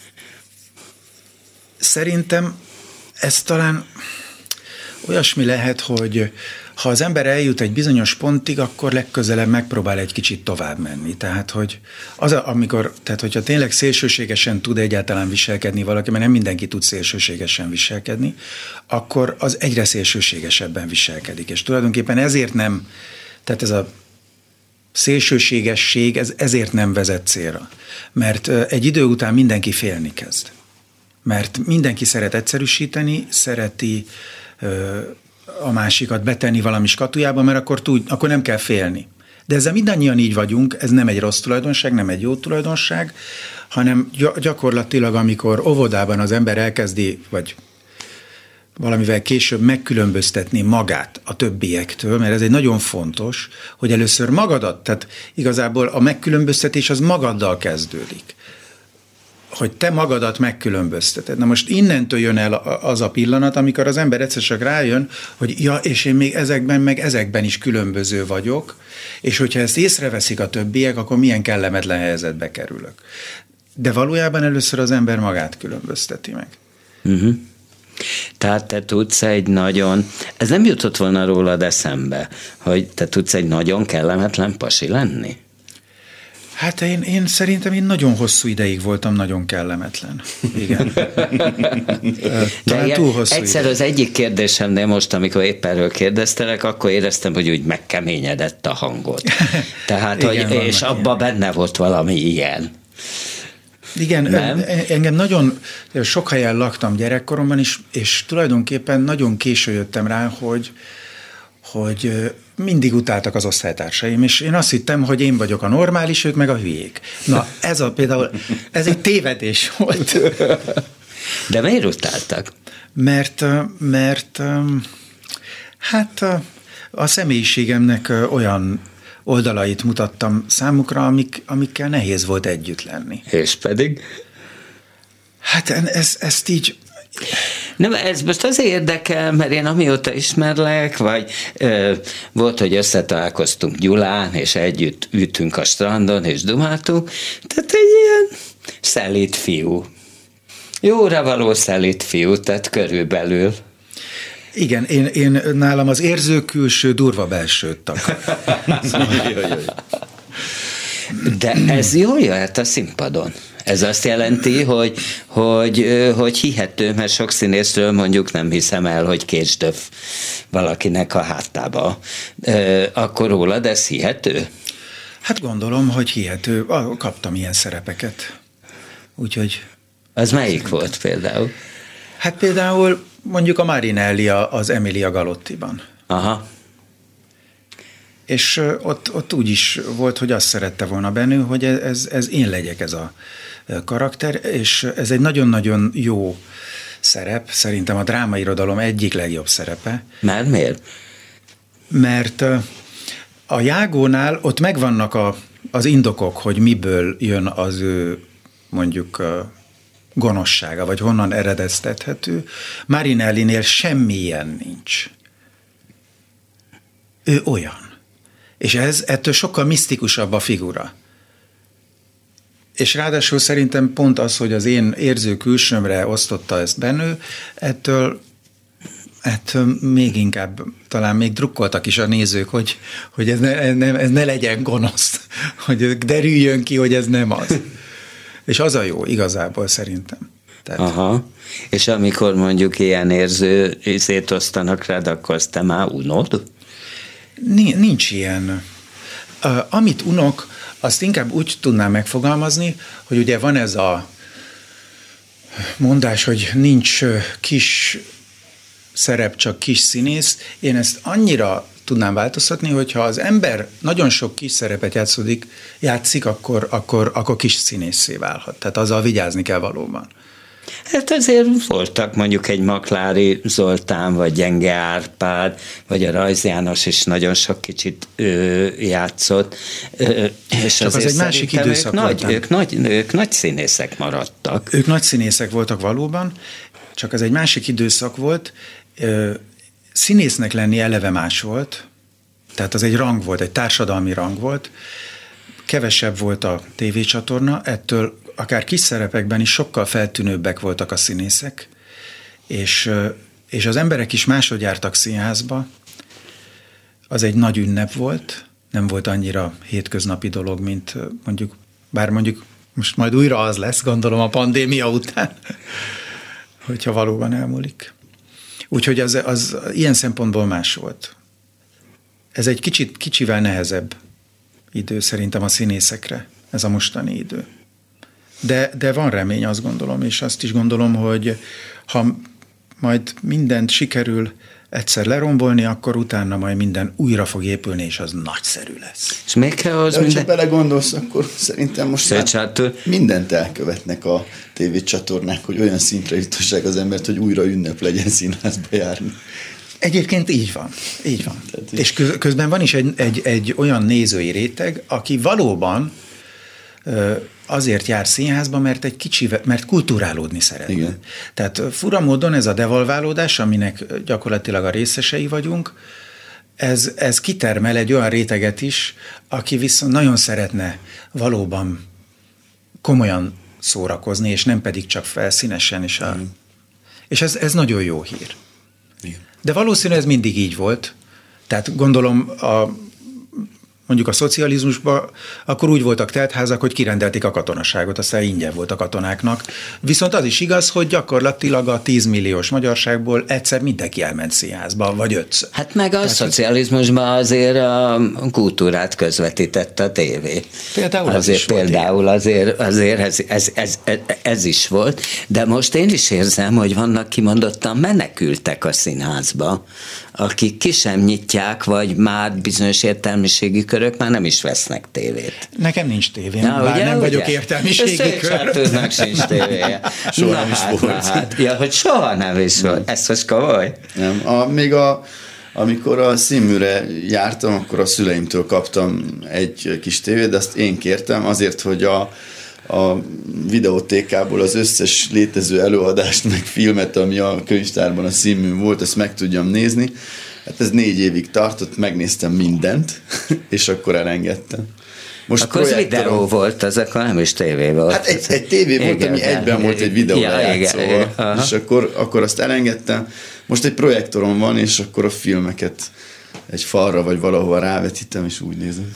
S4: Szerintem ez talán olyasmi lehet, hogy ha az ember eljut egy bizonyos pontig, akkor legközelebb megpróbál egy kicsit tovább menni. Tehát, hogy az, a, amikor, tehát hogyha tényleg szélsőségesen tud egyáltalán viselkedni valaki, mert nem mindenki tud szélsőségesen viselkedni, akkor az egyre szélsőségesebben viselkedik. És tulajdonképpen ezért nem, tehát ez a szélsőségesség ez, ezért nem vezet célra. Mert egy idő után mindenki félni kezd. Mert mindenki szeret egyszerűsíteni, szereti ö, a másikat betenni valami skatujába, mert akkor, tud, akkor nem kell félni. De ezzel mindannyian így vagyunk, ez nem egy rossz tulajdonság, nem egy jó tulajdonság, hanem gyakorlatilag, amikor óvodában az ember elkezdi, vagy valamivel később megkülönböztetni magát a többiektől, mert ez egy nagyon fontos, hogy először magadat, tehát igazából a megkülönböztetés az magaddal kezdődik. Hogy te magadat megkülönbözteted. Na most innentől jön el az a pillanat, amikor az ember egyszer csak rájön, hogy ja, és én még ezekben, meg ezekben is különböző vagyok, és hogyha ezt észreveszik a többiek, akkor milyen kellemetlen helyzetbe kerülök. De valójában először az ember magát különbözteti meg.
S2: Uh-huh. Tehát te tudsz egy nagyon, ez nem jutott volna rólad eszembe, hogy te tudsz egy nagyon kellemetlen pasi lenni?
S4: Hát én, én szerintem én nagyon hosszú ideig voltam nagyon kellemetlen. Igen.
S2: De túl hosszú egyszer ideig. Az egyik kérdésemnél most, amikor épp erről kérdeztelek, akkor éreztem, hogy úgy megkeményedett a hangod. Tehát, igen, hogy, és abban benne volt valami ilyen.
S4: Igen, nem? Engem nagyon sok helyen laktam gyerekkoromban is, és tulajdonképpen nagyon késő jöttem rá, hogy, hogy mindig utáltak az osztálytársaim, és én azt hittem, hogy én vagyok a normális, ők meg a hülyék. Na, ez a például, ez egy tévedés volt.
S2: De miért utáltak?
S4: Mert, mert hát a személyiségemnek olyan oldalait mutattam számukra, amik, amikkel nehéz volt együtt lenni.
S2: És pedig?
S4: Hát ez, ezt így...
S2: Nem, ez most azért érdekel, mert én amióta ismerlek, vagy ö, volt, hogy összetalálkoztunk Gyulán, és együtt ültünk a strandon, és dumáltunk, tehát egy ilyen szelíd fiú. Jóra való szelíd fiú, tehát körülbelül.
S4: Igen, én, én nálam az érző külső, durva belsőt takar.
S2: De ez jól jöhet a színpadon. Ez azt jelenti, hogy, hogy, hogy hihető, mert sok színészről mondjuk nem hiszem el, hogy kétsdöf valakinek a hátába. Akkor rólad ez hihető?
S4: Hát gondolom, hogy hihető. Kaptam ilyen szerepeket. Úgyhogy...
S2: Az melyik volt például?
S4: Hát például mondjuk a Marinelli az Emilia Galottiban.
S2: Aha.
S4: és ott, ott úgy is volt, hogy azt szerette volna Benő, hogy ez, ez én legyek ez a karakter, és ez egy nagyon-nagyon jó szerep, szerintem a drámairodalom egyik legjobb szerepe.
S2: Mert miért?
S4: Mert a Jágónál ott megvannak a, az indokok, hogy miből jön az ő mondjuk gonoszsága, vagy honnan eredeztethető. Marinellinél semmilyen nincs. Ő olyan. És ez ettől sokkal misztikusabb a figura. És ráadásul szerintem pont az, hogy az én érző külsőmre osztotta ezt Benő, ettől, ettől még inkább, talán még drukkoltak is a nézők, hogy, hogy ez, ne, ez ne legyen gonosz, hogy derüljön ki, hogy ez nem az. És az a jó, igazából szerintem. Tehát... Aha.
S2: És amikor mondjuk ilyen érző izét osztanak rád, akkor azt te már unod?
S4: Nincs ilyen. Amit unok, azt inkább úgy tudnám megfogalmazni, hogy ugye van ez a mondás, hogy nincs kis szerep, csak kis színész. Én ezt annyira tudnám változtatni, hogyha az ember nagyon sok kis szerepet játszódik, játszik, akkor, akkor, akkor kis színészé válhat. Tehát azzal vigyázni kell valóban.
S2: Hát azért voltak mondjuk egy Maklári Zoltán, vagy Gyenge Árpád, vagy a Rajz János is nagyon sok kicsit ö, játszott. Ö, és
S4: Csak az egy másik időszak
S2: ők
S4: volt.
S2: Nagy, ők, nagy, ők nagy színészek maradtak.
S4: Ők nagy színészek voltak valóban, csak az egy másik időszak volt. Ö, színésznek lenni eleve más volt, tehát az egy rang volt, egy társadalmi rang volt. Kevesebb volt a tévécsatorna, ettől akár kis szerepekben is sokkal feltűnőbbek voltak a színészek, és, és az emberek is máshogy jártak színházba. Az egy nagy ünnep volt, nem volt annyira hétköznapi dolog, mint mondjuk, bár mondjuk most majd újra az lesz, gondolom a pandémia után, hogyha valóban elmúlik. Úgyhogy az, az ilyen szempontból más volt. Ez egy kicsit, kicsivel nehezebb idő szerintem a színészekre, ez a mostani idő. De, de van remény, azt gondolom, és azt is gondolom, hogy ha majd mindent sikerül egyszer lerombolni, akkor utána majd minden újra fog épülni, és az nagyszerű lesz.
S2: És még kell az
S3: de
S2: minden...
S3: ha belegondolsz, akkor szerintem most már mindent elkövetnek a tévécsatornák, hogy olyan szintre juttassák az embert, hogy újra ünnep legyen színházba járni.
S4: Egyébként így van. Így van. Tehát, és közben van is egy, egy, egy olyan nézői réteg, aki valóban azért jár színházba, mert egy kicsi, mert kulturálódni szeretne. Igen. Tehát fura módon ez a devalválódás, aminek gyakorlatilag a részesei vagyunk, ez, ez kitermel egy olyan réteget is, aki viszont nagyon szeretne valóban komolyan szórakozni, és nem pedig csak felszínesen. És, a, és ez, ez nagyon jó hír. Igen. De valószínűleg ez mindig így volt. Tehát gondolom a mondjuk a szocializmusban, akkor úgy voltak teltházak, hogy kirendelték a katonaságot, aztán ingyen volt a katonáknak. Viszont az is igaz, hogy gyakorlatilag a tízmilliós magyarságból egyszer mindenki elment színházba, vagy ötször.
S2: Hát meg a
S4: Tehát,
S2: szocializmusban azért a kultúrát közvetítette a tévé.
S4: Például az
S2: azért
S4: is
S2: például volt. Azért, azért ez, ez, ez, ez, ez is volt, de most én is érzem, hogy vannak kimondottan menekültek a színházba, akik ki sem nyitják, vagy már bizonyos értelmiségi körök már nem is vesznek tévét.
S4: Nekem nincs tévém, na, bár ugye, nem ugye? vagyok értelmiségi kör.
S2: Sátőrnek sincs tévéje.
S3: Soha
S2: na,
S3: nem
S2: hát,
S3: is volt.
S2: Hát. Ja, hogy soha nem is nem. volt. Ez most komoly?
S3: Nem. A, még a, amikor a színműre jártam, akkor a szüleimtől kaptam egy kis tévét, de azt én kértem azért, hogy a a videótékából az összes létező előadást, meg filmet, ami a könyvtárban a színműn volt, ezt meg tudjam nézni. Hát ez négy évig tartott, megnéztem mindent, és akkor elengedtem.
S2: Most akkor ez videó volt, az akkor nem is tévé volt.
S3: Hát egy, egy tévé volt, igen, ami egyben volt egy videólejátszóval, ja, és akkor, akkor azt elengedtem. Most egy projektorom van, és akkor a filmeket egy falra vagy valahova rávetítem, és úgy nézem.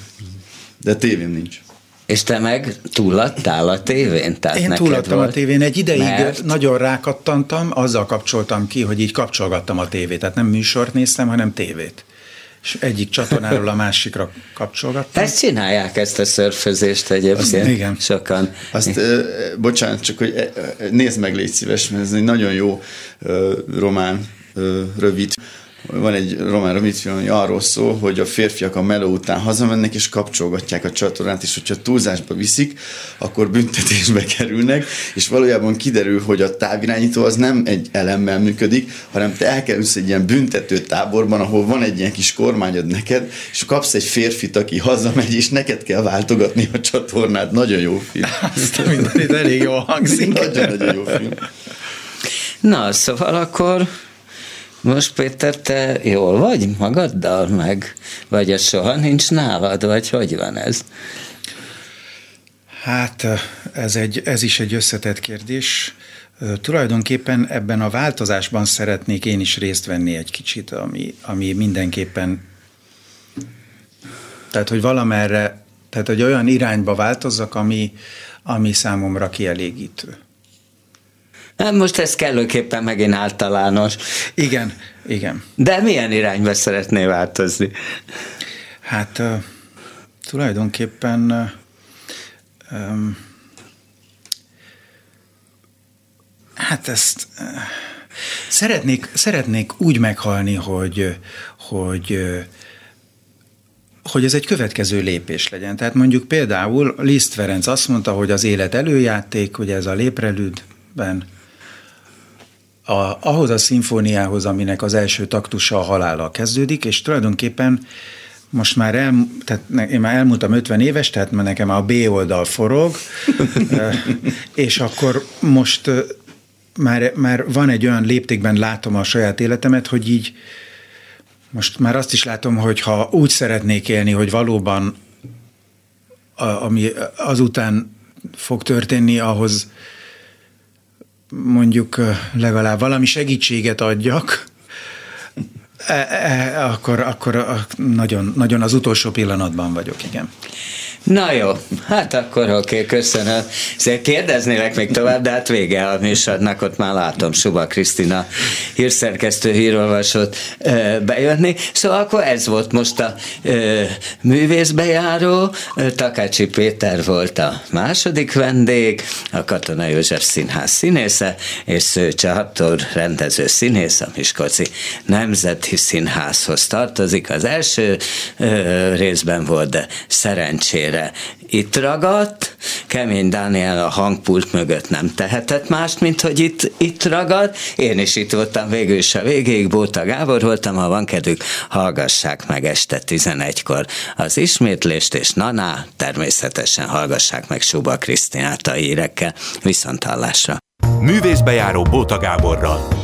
S3: De tévém nincs.
S2: És te meg túladtál a tévén? Tehát
S4: én túladtam volt, a tévén. Egy ideig
S2: mert...
S4: nagyon rákattantam, azzal kapcsoltam ki, hogy így kapcsolgattam a tévét. Tehát nem műsort néztem, hanem tévét. És egyik csatornáról a másikra kapcsolgattam.
S2: Ezt csinálják, ezt a szörfözést egyébként. Azt, igen. Sokan.
S3: Azt, uh, bocsánat, csak hogy nézd meg, légy szíves, mert ez egy nagyon jó uh, román, uh, rövid, van egy Roman Robbins film, ami arról szól, hogy a férfiak a meló után hazamennek, és kapcsolgatják a csatornát, és hogyha túlzásba viszik, akkor büntetésbe kerülnek, és valójában kiderül, hogy a távirányító az nem egy elemmel működik, hanem te elkerülsz egy ilyen büntető táborban, ahol van egy ilyen kis kormányod neked, és kapsz egy férfit, aki hazamegy, és neked kell váltogatni a csatornát. Nagyon jó film.
S4: Azt mindenit elég jól hangzik.
S3: Nagyon-nagyon jó film.
S2: Na, szóval akkor most Péter, te jól vagy magaddal meg? Vagy ez soha nincs nálad? Vagy hogy van ez?
S4: Hát ez, egy, ez is egy összetett kérdés. Tulajdonképpen ebben a változásban szeretnék én is részt venni egy kicsit, ami, ami mindenképpen, tehát hogy valamerre, tehát hogy olyan irányba változzak, ami, ami számomra kielégítő.
S2: Most ez kellőképpen megint általános.
S4: Igen, igen.
S2: De milyen irányba szeretnél változni?
S4: Hát uh, tulajdonképpen uh, um, hát ezt uh, szeretnék, szeretnék úgy meghalni, hogy, hogy uh, hogy ez egy következő lépés legyen. Tehát mondjuk például Liszt Ferenc azt mondta, hogy az élet előjáték, ugye ez a léprelüdben, A, ahhoz a szimfóniához, aminek az első taktusa a halállal kezdődik, és tulajdonképpen most már, el, tehát én már elmúltam ötven éves, tehát nekem a B oldal forog, és akkor most már, már van egy olyan léptékben látom a saját életemet, hogy így most már azt is látom, hogy ha úgy szeretnék élni, hogy valóban a, ami azután fog történni, ahhoz mondjuk legalább valami segítséget adjak, e, e, akkor, akkor nagyon, nagyon az utolsó pillanatban vagyok, igen.
S2: Na jó, hát akkor oké, köszönöm. Szóval kérdeznélek még tovább, de hát vége a műsornak, ott már látom Suba Krisztina hírszerkesztő, hírolvasót bejönni. Szóval akkor ez volt most a ö, művészbejáró. Takácsi Péter volt a második vendég, a Katona József Színház színésze, és Szőcse Hattor rendező színész, a Miskolci Nemzeti Színházhoz tartozik. Az első ö, részben volt, de szerencsére itt ragadt, Kemény Dániel a hangpult mögött nem tehetett mást, mint hogy itt, itt ragadt. Én is itt voltam végül is a végéig, Bóta Gábor voltam, ha van kedvük, hallgassák meg este tizenegykor az ismétlést, és naná, természetesen hallgassák meg Suba Krisztinát a hírekkel. Viszonthallásra.
S1: Művészbejáró Bóta Gáborral.